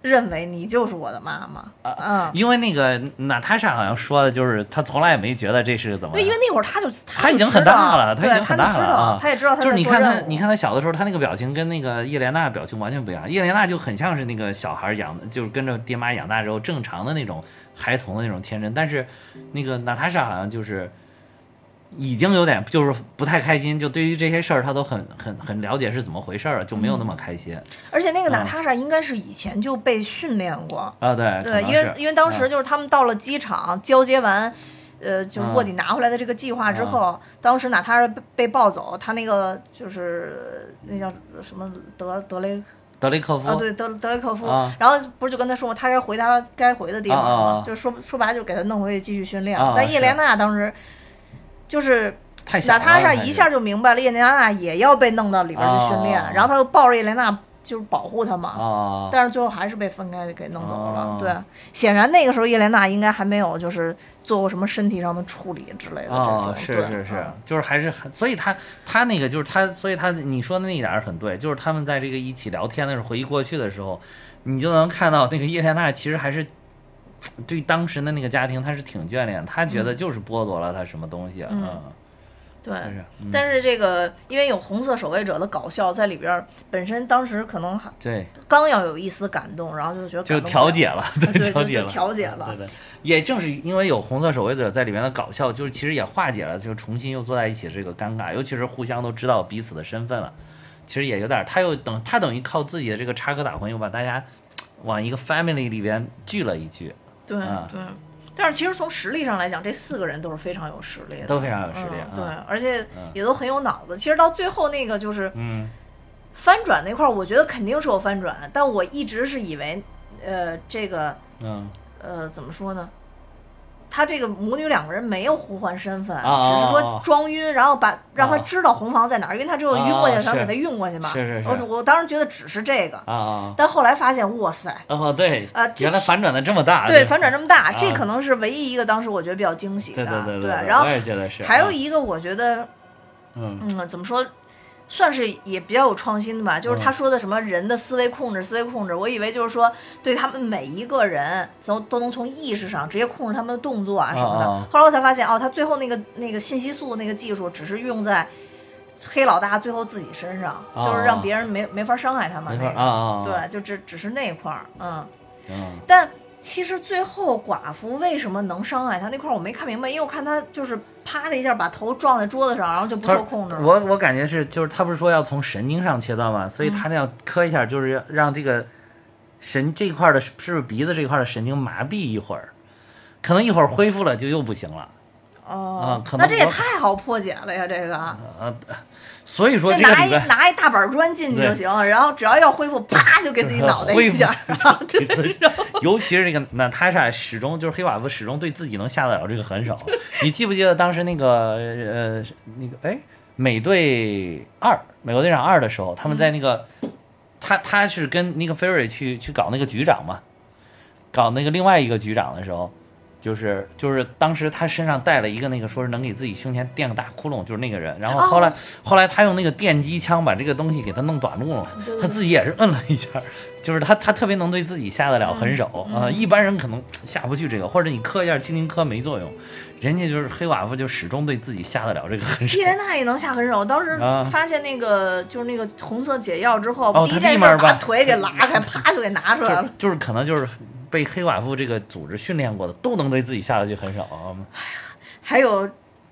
认为你就是我的妈妈。嗯， 因为那个娜塔莎好像说的就是她从来也没觉得这是怎么， 因为那会儿她就她已经很大了，她已经很大了啊， 她也知道， 就是你看她，你看她小的时候，她那个表情跟那个叶莲娜表情完全不一样。叶莲娜就很像是那个小孩养，就是跟着爹妈养大之后正常的那种孩童的那种天真，但是那个娜塔莎好像就是已经有点就是不太开心，就对于这些事儿她都很很很了解是怎么回事儿，就没有那么开心。嗯、 而且那个娜塔莎应该是以前就被训练过、 嗯、啊，对对，因为因为当时就是他们到了机场、嗯、交接完。呃，就是卧底拿回来的这个计划之后， 嗯、 当时娜塔莎被被抱走，他那个就是那叫什么德德雷德雷克夫啊，对德德雷克夫、 啊， 然后不是就跟他说嘛，他该回他该回的地方嘛， 啊啊、 就说说白了就给他弄回去继续训练。 啊、 但叶莲娜当时就是太小了， 娜塔莎一下就明白了，叶莲娜也要被弄到里边去训练， 啊、 然后他就抱着叶莲娜。就是保护他嘛， 啊， 但是最后还是被分开给弄走了。 啊、 对，显然那个时候叶莲娜应该还没有就是做过什么身体上的处理之类的。 啊，是是是，就是还是，所以他他那个就是他，所以他你说的那一点很对，就是他们在这个一起聊天的时候，回忆过去的时候，你就能看到那个叶莲娜其实还是对当时的那个家庭，他是挺眷恋，他觉得就是剥夺了他什么东西啊。 嗯嗯对， 是嗯、 但是这个因为有红色守卫者的搞笑在里边，本身当时可能对刚要有一丝感动，然后就觉得就调解了， 对， 调解了， 调解了。 对对，也正是因为有红色守卫者在里面的搞笑，就是其实也化解了，就是重新又坐在一起这个尴尬，尤其是互相都知道彼此的身份了，其实也有点，他又等他等于靠自己的这个插科打诨，又把大家往一个 family 里边聚了一聚。 对、 嗯、 对。但是其实从实力上来讲，这四个人都是非常有实力的， 都非常有实力， 嗯、对、 嗯， 而且也都很有脑子。其实到最后那个就是， 嗯， 翻转那块儿，我觉得肯定是有翻转，但我一直是以为，呃，这个， 嗯， 呃，怎么说呢？他这个母女两个人没有互换身份， 啊、 只是说装晕，然后把让他知道红房在哪儿， 啊、 因为他只有晕过去， 啊、 想给他运过去嘛。 是是是。 我我当时觉得只是这个啊， 但后来发现，哇塞！ 哦，对， 啊， 原来反转的这么大。 对，反转这么大， 啊、 这可能是唯一一个当时我觉得比较惊喜的。 对对对对, 对, 对， 然后我也觉得是。 还有一个，我觉得， 嗯嗯，怎么说？算是也比较有创新的吧，就是他说的什么人的思维控制，思维控制，我以为就是说对他们每一个人都都能从意识上直接控制他们的动作啊什么的。 哦、 后来我才发现，哦，他最后那个那个信息素那个技术只是用在黑老大最后自己身上， 哦、 就是让别人没没法伤害他们那个。 哦、 对，就只只是那块儿，嗯嗯， 但。其实最后寡妇为什么能伤害他那块我没看明白，因为我看他就是啪的一下把头撞在桌子上，然后就不受控制了。 我我感觉是，就是他不是说要从神经上切断吗？所以他那样磕一下，就是让这个神这块的，是不是鼻子这块的神经麻痹一会儿，可能一会儿恢复了就又不行了。 哦、 啊，可能那这也太好破解了呀，这个。 呃，所以说这拿一拿一大板砖进去就行，然后只要要恢复，啪就给自己脑袋一下。 给自己尤其是这个娜塔莎始终就是黑寡妇始终对自己能下得了这个狠手。你记不记得当时那个呃那个哎美队二美国队长二的时候，他们在那个、嗯、他他是跟那个菲瑞去去搞那个局长嘛，搞那个另外一个局长的时候。就是就是当时他身上带了一个那个说是能给自己胸前垫个大窟窿，就是那个人。然后后来、哦、后来他用那个电击枪把这个东西给他弄短路了，他自己也是摁了一下。就是他他特别能对自己下得了狠手啊、嗯呃，一般人可能下不去这个，或者你磕一下轻轻磕没作用，人家就是黑寡妇就始终对自己下得了这个狠手。 叶莲娜也能下狠手，当时发现那个、啊、就是那个红色解药之后， 哦、 第一件事把腿给拉开，啪就给拿出来了。 就, 就是可能就是。被黑寡妇这个组织训练过的，都能对自己下得去狠手。 还有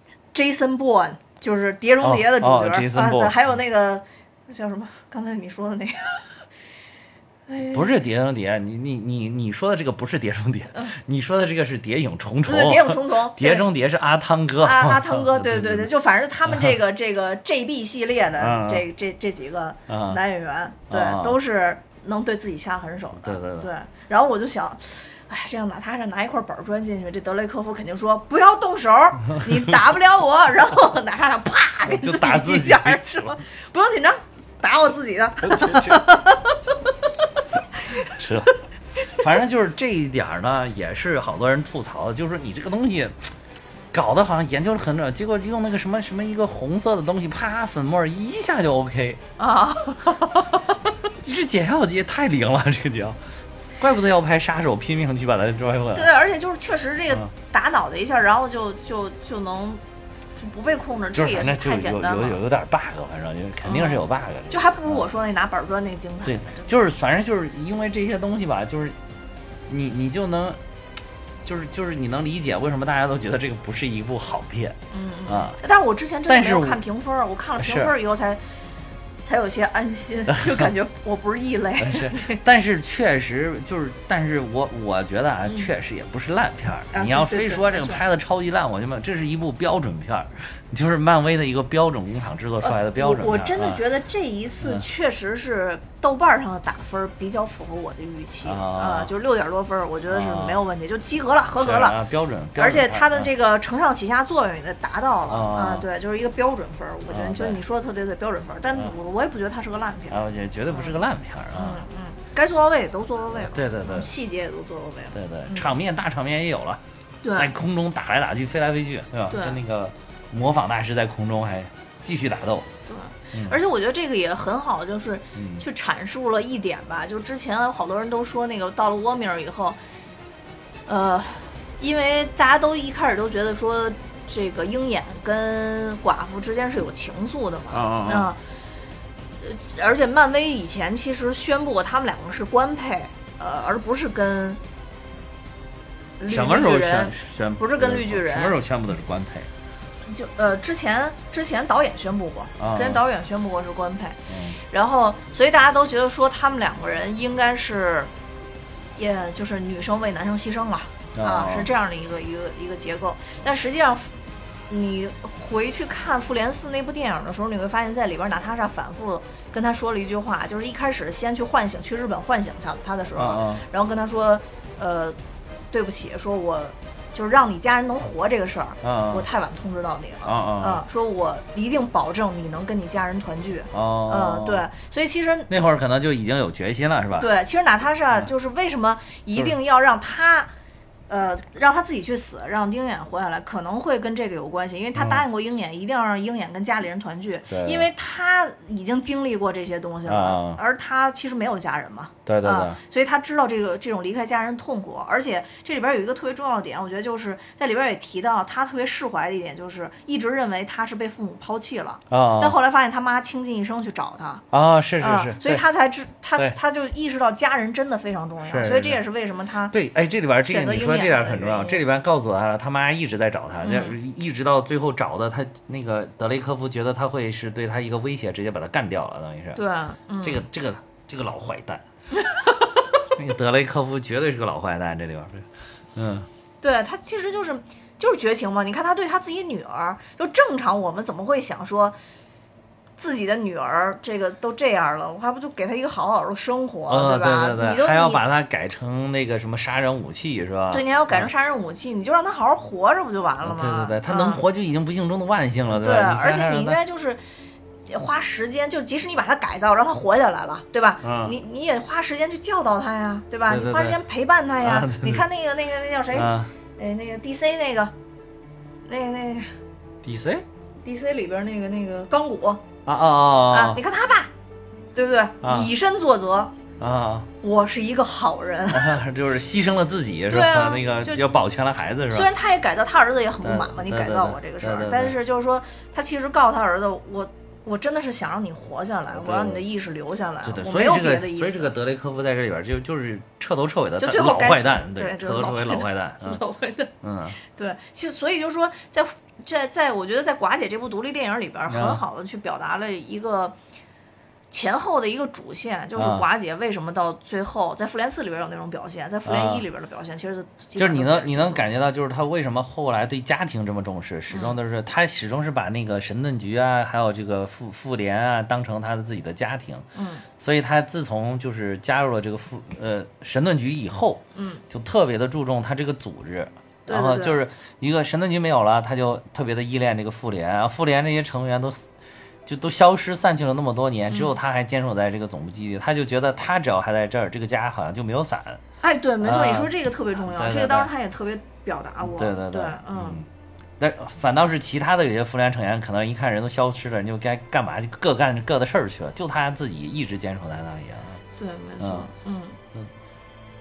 Jason Bourne， 就是《碟中谍》的主角， 哦哦 Jason Bourne 啊、还有那个叫什么？刚才你说的那个， 哎、不是《碟中谍》，你你你你说的这个不是《碟中谍》嗯，你说的这个是《谍影重重》。 对，《谍影重重》。 碟中谍是阿汤哥。 阿阿汤哥，对对对，就反正他们这个这个 J B 系列的这、嗯、这这几个男演员，嗯、对、嗯，都是。能对自己下狠手的， 对对对, 对。然后我就想，哎，这样娜塔莎拿一块板砖进去，这德雷科夫肯定说不要动手，你打不了我。然后娜塔莎啪给自己一下，是吧？不用紧张，打我自己的。 是，反正就是这一点呢，也是好多人吐槽，就是你这个东西。搞得好像研究了很久，结果用那个什么什么一个红色的东西，啪粉末一下就 OK 啊！ 你这解药也太灵了，这个解药。 怪不得要拍杀手拼命去把他抓回来。 对，而且就是确实这个打脑袋一下，然后就就就能不被控制，这也是太简单了。 有有有点 bug， 反正就肯定是有 bug 的、嗯。 就还不如我说那拿板砖那精彩。 对，就是反正就是因为这些东西吧，就是你你就能。就是就是你能理解为什么大家都觉得这个不是一部好片， 嗯啊， 但是我之前真的没有看评分，我看了评分以后才才有些安心，就感觉我不是异类。 是，但是确实就是，但是我我觉得啊，嗯、确实也不是烂片儿、嗯。你要非说这个拍的超级烂，我就这是一部标准片儿，就是漫威的一个标准工厂制作出来的标准片、 呃我。我真的觉得这一次确实是豆瓣上的打分比较符合我的预期啊、 嗯呃，就是六点多分，我觉得是没有问题，就及格了，合格了， 啊、标准。 而且它的这个承上启下作用也达到了啊、 呃，对，就是一个标准分。我觉得就是你说的特别对，标准分。但我我也不觉得它是个烂片。 啊，我觉得绝对不是个烂片啊。 嗯嗯，该做到位都做到位了。 对对对， 细节也都做到位了。 对对，嗯、场面大场面也有了， 对， 在空中打来打去，飞来飞去，对吧？ 对， 跟那个模仿大师在空中还继续打斗。 对。而且我觉得这个也很好，就是去阐述了一点吧，就是之前好多人都说那个到了沃米尔以后，呃，因为大家都一开始都觉得说这个鹰眼跟寡妇之间是有情愫的嘛， 啊、 嗯，呃，而且漫威以前其实宣布过他们两个是官配，呃，而不是跟绿什么时候宣宣不是跟绿巨人， 什么时候宣布的是官配？ 就呃，之前之前导演宣布过， 啊、 之前导演宣布过是官配， 嗯、 然后所以大家都觉得说他们两个人应该是，也就是女生为男生牺牲了、 啊, 啊，是这样的一个一个一个结构。但实际上，你回去看《复联四》那部电影的时候，你会发现在里边娜塔莎反复跟他说了一句话，就是一开始先去唤醒去日本唤醒他他的时候， 啊、 然后跟他说，呃，对不起，说我。就是让你家人能活这个事儿， 嗯、 我太晚通知到你了， 嗯嗯，说我一定保证你能跟你家人团聚， 哦， 嗯，对，所以其实那会儿可能就已经有决心了，是吧？ 对，其实娜塔莎就是为什么一定要让他。嗯呃，让他自己去死，让鹰眼活下来，可能会跟这个有关系，因为他答应过鹰眼，嗯、一定要让鹰眼跟家里人团聚，因为他已经经历过这些东西了， 啊、 而他其实没有家人嘛， 对对对、 啊，所以他知道这个这种离开家人痛苦，而且这里边有一个特别重要的点，我觉得就是在里边也提到他特别释怀的一点，就是一直认为他是被父母抛弃了， 啊， 但后来发现他妈倾尽一生去找他， 啊，是是是， 啊、所以他才知他他就意识到家人真的非常重要，所以这也是为什么他对，哎，这里边这个你说这点很重要，这。里边告诉他了，他妈一直在找他， 嗯、 一直到最后找的他那个德雷科夫觉得他会是对他一个威胁，直接把他干掉了，等于是。 对，嗯、 这个这个这个老坏蛋，那个德雷科夫绝对是个老坏蛋，这里边是，嗯， 对他其实就是就是绝情嘛。你看他对他自己女儿，就正常我们怎么会想说？自己的女儿这个都这样了，我还不就给她一个好好的生活， 哦、 对吧？ 对对对，还要把它改成那个什么杀人武器是吧？ 对，你还要改成杀人武器，嗯、你就让她好好活着不就完了吗？ 对对对，她能活就已经不幸中的万幸了， 嗯、 对吧？ 对，而且你应该就是花时间，就即使你把她改造，让她活下来了，对吧？ 嗯、 你你也花时间去教导她呀，对吧？ 对对对， 你花时间陪伴她呀。 啊、对对你看那个那个那叫谁？ 啊、 哎，那个 D C 那个，那个那个 D C D C 里边那个那个钢骨。 啊啊啊！ 啊，你看他爸，对不对？ 啊、 以身作则啊！ 我是一个好人， 啊、就是牺牲了自己是吧？ 啊、 那个要保全了孩子是吧？ 虽然他也改造，他儿子也很不满嘛，你改造我这个事儿，但是就是说，他其实告诉他儿子，我我真的是想让你活下来，我让你的意识留下来， 对对， 我没有别的意思。 所以这个德雷科夫在这里边就就是彻头彻尾的就最后老坏蛋， 对， 彻头彻尾老坏蛋， 老坏蛋， 嗯， 对，其实所以就是说，在在在我觉得在寡姐这部独立电影里边，很好的去表达了一个。前后的一个主线就是寡姐为什么到最后在复联四里边有那种表现，在复联一里边的表现其实就是你能你能感觉到，就是他为什么后来对家庭这么重视，始终都是、 嗯、 他始终是把那个神盾局啊，还有这个复复联啊当成他的自己的家庭， 嗯， 所以他自从就是加入了这个复呃神盾局以后， 嗯， 就特别的注重他这个组织。 对对对， 然后就是一个神盾局没有了，他就特别的依恋这个复联，然后复联这些成员都就都消失散去了那么多年，只有他还坚守在这个总部基地， 嗯、 他就觉得他只要还在这儿，这个家好像就没有散。 哎，对，没错， 啊、 你说这个特别重要， 对对对， 这个当时他也特别表达过。 对对对， 嗯。嗯但反倒是其他的有些复联成员，可能一看人都消失了，人就该干嘛就各干各的事儿去了，就他自己一直坚守在那里啊。 对，没错，嗯。嗯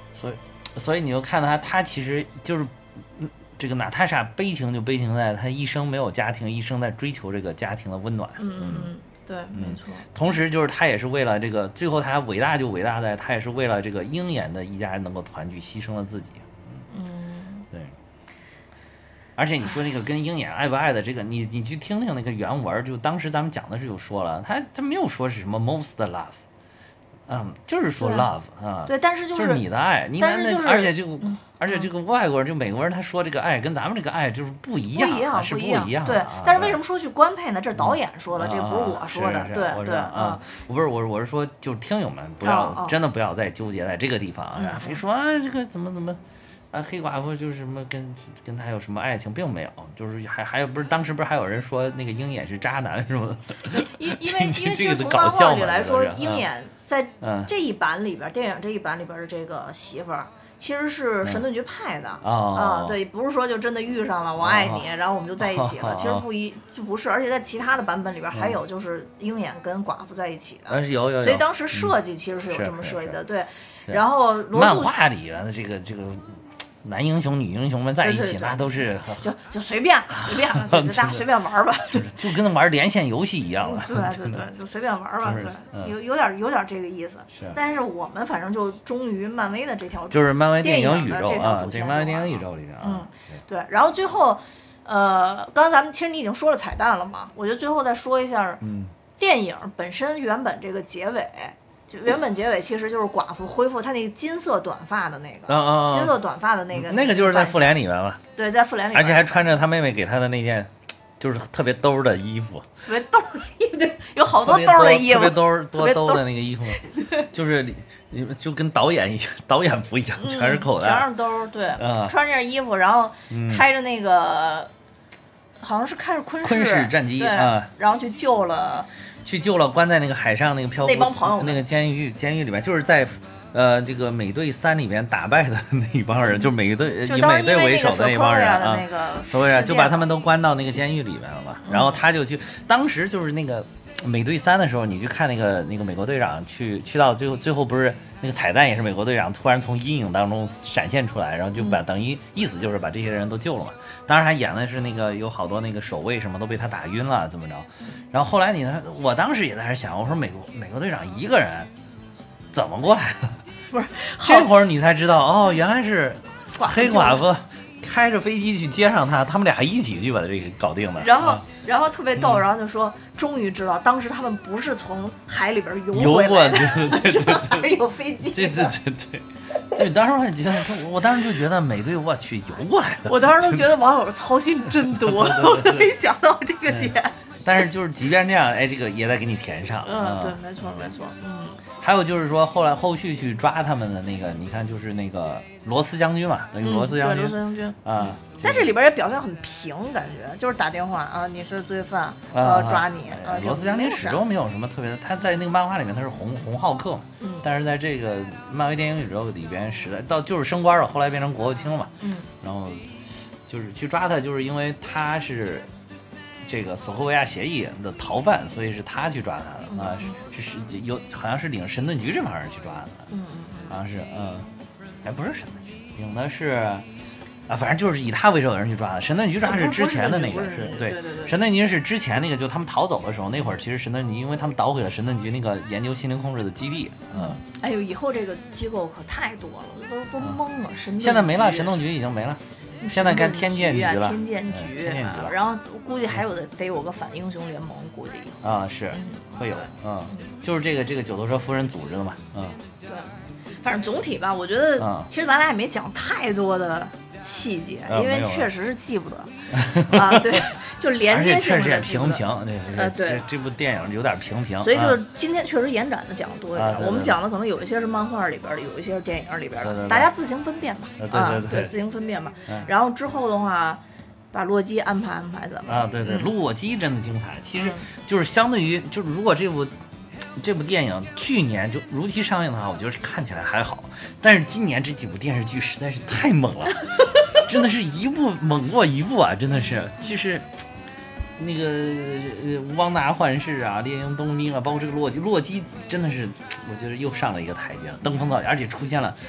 所以所以你就看他，他其实就是这个娜塔莎悲情就悲情在他一生没有家庭，一生在追求这个家庭的温暖。 嗯嗯嗯，对，没错。 同时就是他也是为了这个，最后他伟大就伟大在他也是为了这个鹰眼的一家人能够团聚，牺牲了自己。 嗯， 对。而且你说那个跟鹰眼爱不爱的这个，你你去听听那个原文，就当时咱们讲的时候就说了，他他没有说是什么 most love。嗯，就是说 love 啊， 对，但是就是你的爱，你但是就是， 而且就、 嗯、 而且这个外国人就美国人他说这个爱跟咱们这个爱就是不一样， 不一样， 是不一样。 对， 啊、 但是为什么说去官配呢？这是导演说的， 嗯、 这个不是我说的。 啊、 对对啊，我不是我我是说，就是听友们不要、 哦、 真的不要再纠结在这个地方， 嗯、 然后非说啊这个怎么怎么。啊，黑寡妇就是什么跟跟他有什么爱情，并没有，就是还还有不是当时不是还有人说那个鹰眼是渣男是吗？ 因因为因为其实从漫画里来说， 嗯、 鹰眼在这一版里边，嗯、电影这一版里边的这个媳妇儿。其实是神盾局派的、 嗯、 啊，对，不是说就真的遇上了，我爱你，哦、然后我们就在一起了。哦、其实不一就不是，而且在其他的版本里边还有就是鹰眼跟寡妇在一起的， 嗯、有有有。 所以当时设计其实是有这么设计的， 嗯、 对。然后罗素漫画里边的这个这个。男英雄、女英雄们在一起， 对对对那都是就就随便随便，就大家随便玩吧， 就就跟玩连线游戏一样了。 对对对，就随便玩吧， 就是、 对， 嗯、 有有点有点这个意思。 是， 但是我们反正就忠于漫威的这条， 就是漫威电影宇宙啊， 这漫威电影宇宙里面啊， 嗯，对。然后最后，呃，刚才咱们其实你已经说了彩蛋了嘛，我觉得最后再说一下， 嗯， 电影本身原本这个结尾。就原本结尾其实就是寡妇恢复她那个金色短发的那个， 嗯嗯、 金色短发的那个， 那个就是在复联里面嘛。 对，在复联里面， 而且还穿着他妹妹给他的那件，就是特别兜的衣服。 特别兜的衣服，有好多兜的衣服， 特别兜多兜的那个衣服，就是就跟导演一样，导演服一样，全是口袋， 全是兜，对， 嗯、 穿着衣服，然后开着那个，嗯、好像是开着昆士昆士战机啊， 然后去救了。 去救了关在那个海上那个漂浮那帮朋友那个监狱监狱里边，就是在呃这个美队三里面打败的那一帮人，就是美队以美队为首的那帮人啊，所以啊就把他们都关到那个监狱里面了嘛。然后他就去，当时就是那个美队三的时候，你去看那个那个美国队长去去到最后最后不是那个彩蛋也是美国队长突然从阴影当中闪现出来，然后就把、嗯、等于意思就是把这些人都救了嘛。当然他演的是那个有好多那个守卫什么都被他打晕了怎么着，然后后来你呢，我当时也在那想，我说美国美国队长一个人怎么过来的？ 不是这会儿你才知道哦，原来是黑寡妇开着飞机去接上他，他们俩一起去把这个搞定的。 然后、 啊、 然后特别逗、嗯，然后就说终于知道当时他们不是从海里边游游回来的，对对对对， 还是有飞机。 对对对对。就当时我也觉得，我当时就觉得美队，我去游过来的。 我当时都觉得网友操心真多，我都没想到这个点。 但是就是即便这样，哎，这个也得给你填上。 嗯，对，没错没错，嗯。 还有就是说，后来后续去抓他们的那个，你看就是那个罗斯将军嘛，那个罗斯将军， 嗯、对罗斯将军啊， 在这里边也表现很平，感觉就是打电话啊，你是罪犯，我要抓你啊。 罗斯将军始终没有什么特别的，他在那个漫画里面他是红红浩克嘛， 嗯， 但是在这个漫威电影宇宙里边，实在到就是升官了，后来变成国务卿了嘛， 嗯， 然后就是去抓他，就是因为他是。这个索科维亚协议的逃犯，所以是他去抓他的、 嗯、 啊，是是有好像是领神盾局这帮人去抓的， 嗯好像是嗯，哎不是神盾局，领的是啊，反正就是以他为首的人去抓的。神盾局抓是之前的那个，是对对对对，神盾局是之前那个，就他们逃走的时候，那会儿其实神盾局因为他们捣毁了神盾局那个研究心灵控制的基地，嗯， 哎呦，以后这个机构可太多了，都都懵了，神盾局现在没了，神盾局已经没了。现在干天剑局了， 天剑局， 嗯、天剑局了、 啊。然后估计还有的得有个反英雄联盟，估计啊是、 嗯、 会有，嗯，就是这个这个九头蛇夫人组织的嘛，嗯， 对，反正总体吧，我觉得、 嗯、 其实咱俩也没讲太多的细节， 嗯、 因为确实是记不得啊，对，就连接性的确实也平平， 呃对这这部电影有点平平， 所以就是今天确实延展的讲的多一点、 啊对对对， 我们讲的可能有一些是漫画里边的，有一些是电影里边的， 对对对大家自行分辨吧， 对对 对, 对, 对，自行分辨吧、 嗯。 然后之后的话，把洛基安排安排咱们啊，对对， 嗯、 洛基真的精彩，其实就是相对于，就是如果这部。这部电影去年就如期上映的话，我觉得看起来还好，但是今年这几部电视剧实在是太猛了，真的是一部猛过一部啊！真的是，就是那个呃汪达幻视啊、猎鹰冬兵啊，包括这个洛基，洛基真的是我觉得又上了一个台阶了，登峰造极，而且出现了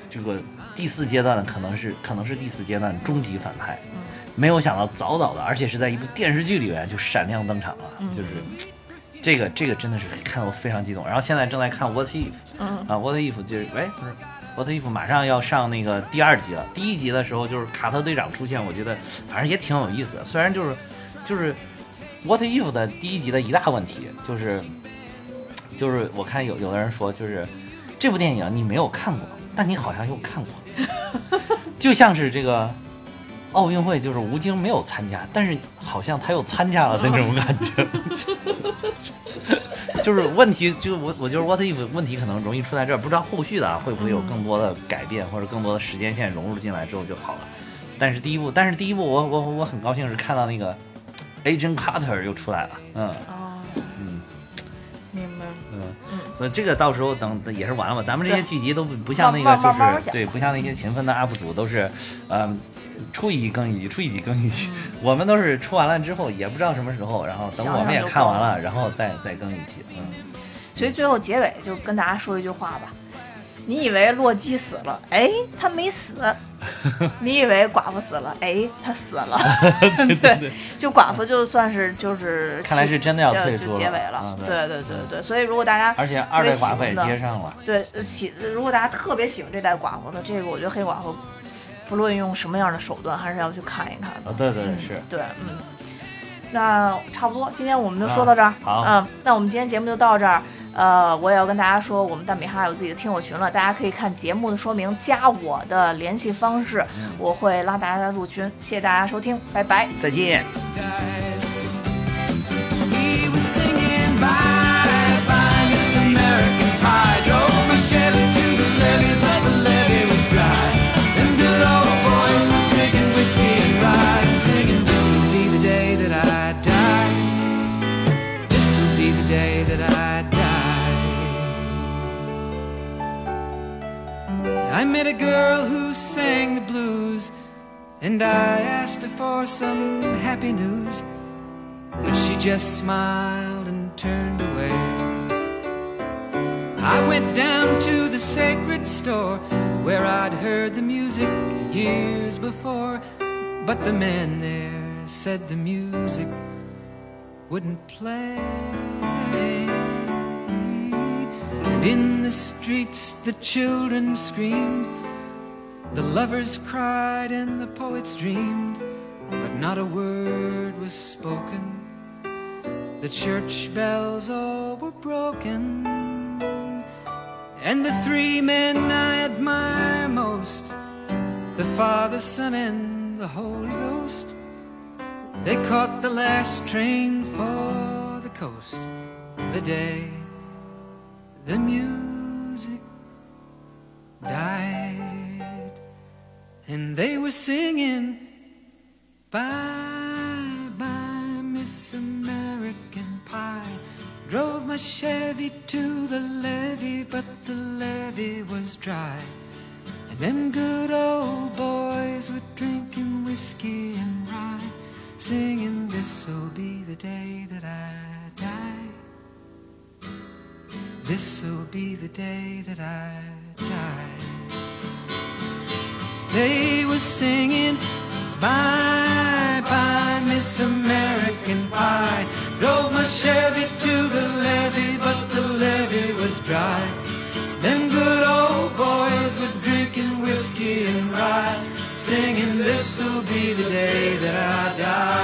这个第四阶段的可能是可能是第四阶段终极反派，没有想到早早的，而且是在一部电视剧里面就闪亮登场了，就是这个这个真的是看得我非常激动。然后现在正在看 What If， 嗯啊 What If 就是哎不是 What If 马上要上那个第二集了。第一集的时候就是卡特队长出现，我觉得反正也挺有意思的。虽然就是就是 What If 的第一集的一大问题就是就是我看有有的人说就是这部电影你没有看过，但你好像又看过，就像是这个奥运会，就是吴京没有参加，但是好像他又参加了的那种感觉。就是问题，就我我就是 What If 问题可能容易出在这儿，不知道后续的啊会不会有更多的改变，或者更多的时间线融入进来之后就好了。但是第一部，但是第一部我我我很高兴是看到那个 Agent Carter 又出来了，嗯， 哦， 嗯， 明白， 嗯嗯， 所以这个到时候等也是完了吧，咱们这些剧集都不不像那个慢慢慢慢想就是对，不像那些勤奋的 U P 主都是，嗯、出一集更一集，出一集更一集， 嗯我们都是出完了之后也不知道什么时候，然后等我们也看完了，然后再再更一集，嗯， 所以最后结尾就跟大家说一句话吧。你以为洛基死了，哎，他没死；你以为寡妇死了，哎，他死了。 对对对， 就寡妇就算是就是看来是真的要退出了， 就结尾了。 啊、对对对对对，所以如果大家而且二代寡妇也接上了， 对，喜如果大家特别喜欢这代寡妇的这个，我觉得黑寡妇不论用什么样的手段，还是要去看一看的。 啊、对对嗯、 是， 对，嗯。那差不多，今天我们就说到这儿。 啊、好， 嗯，那我们今天节目就到这儿。呃，我也要跟大家说，我们蛋米哈有自己的听友群了，大家可以看节目的说明，加我的联系方式， 嗯、 我会拉大家入群。谢谢大家收听，拜拜， 再见。 Singing, this'll be the day that I die. This'll be the day that I die. I met a girl who sang the blues, and I asked her for some happy news, but she just smiled and turned away. I went down to the sacred store where I'd heard the music years before, but the man there said the music wouldn't play. And in the streets the children screamed, the lovers cried and the poets dreamed, but not a word was spoken. The church bells all were broken, and the three men I admire most, the Father, Son, and the Holy Ghost, they caught the last train for the coast the day the music died. And they were singing, bye bye Miss American Pie. Drove my Chevy to the levee, but the levee was dry. And them good old boys were drinking whiskey and rye, singing, this'll be the day that I die. This'll be the day that I die. They were singing, bye bye Miss American Pie. Drove my Chevy to the levee, but the levee was dry. Them good old boys were drinking whiskey and rye, singing, this'll be the day that I die.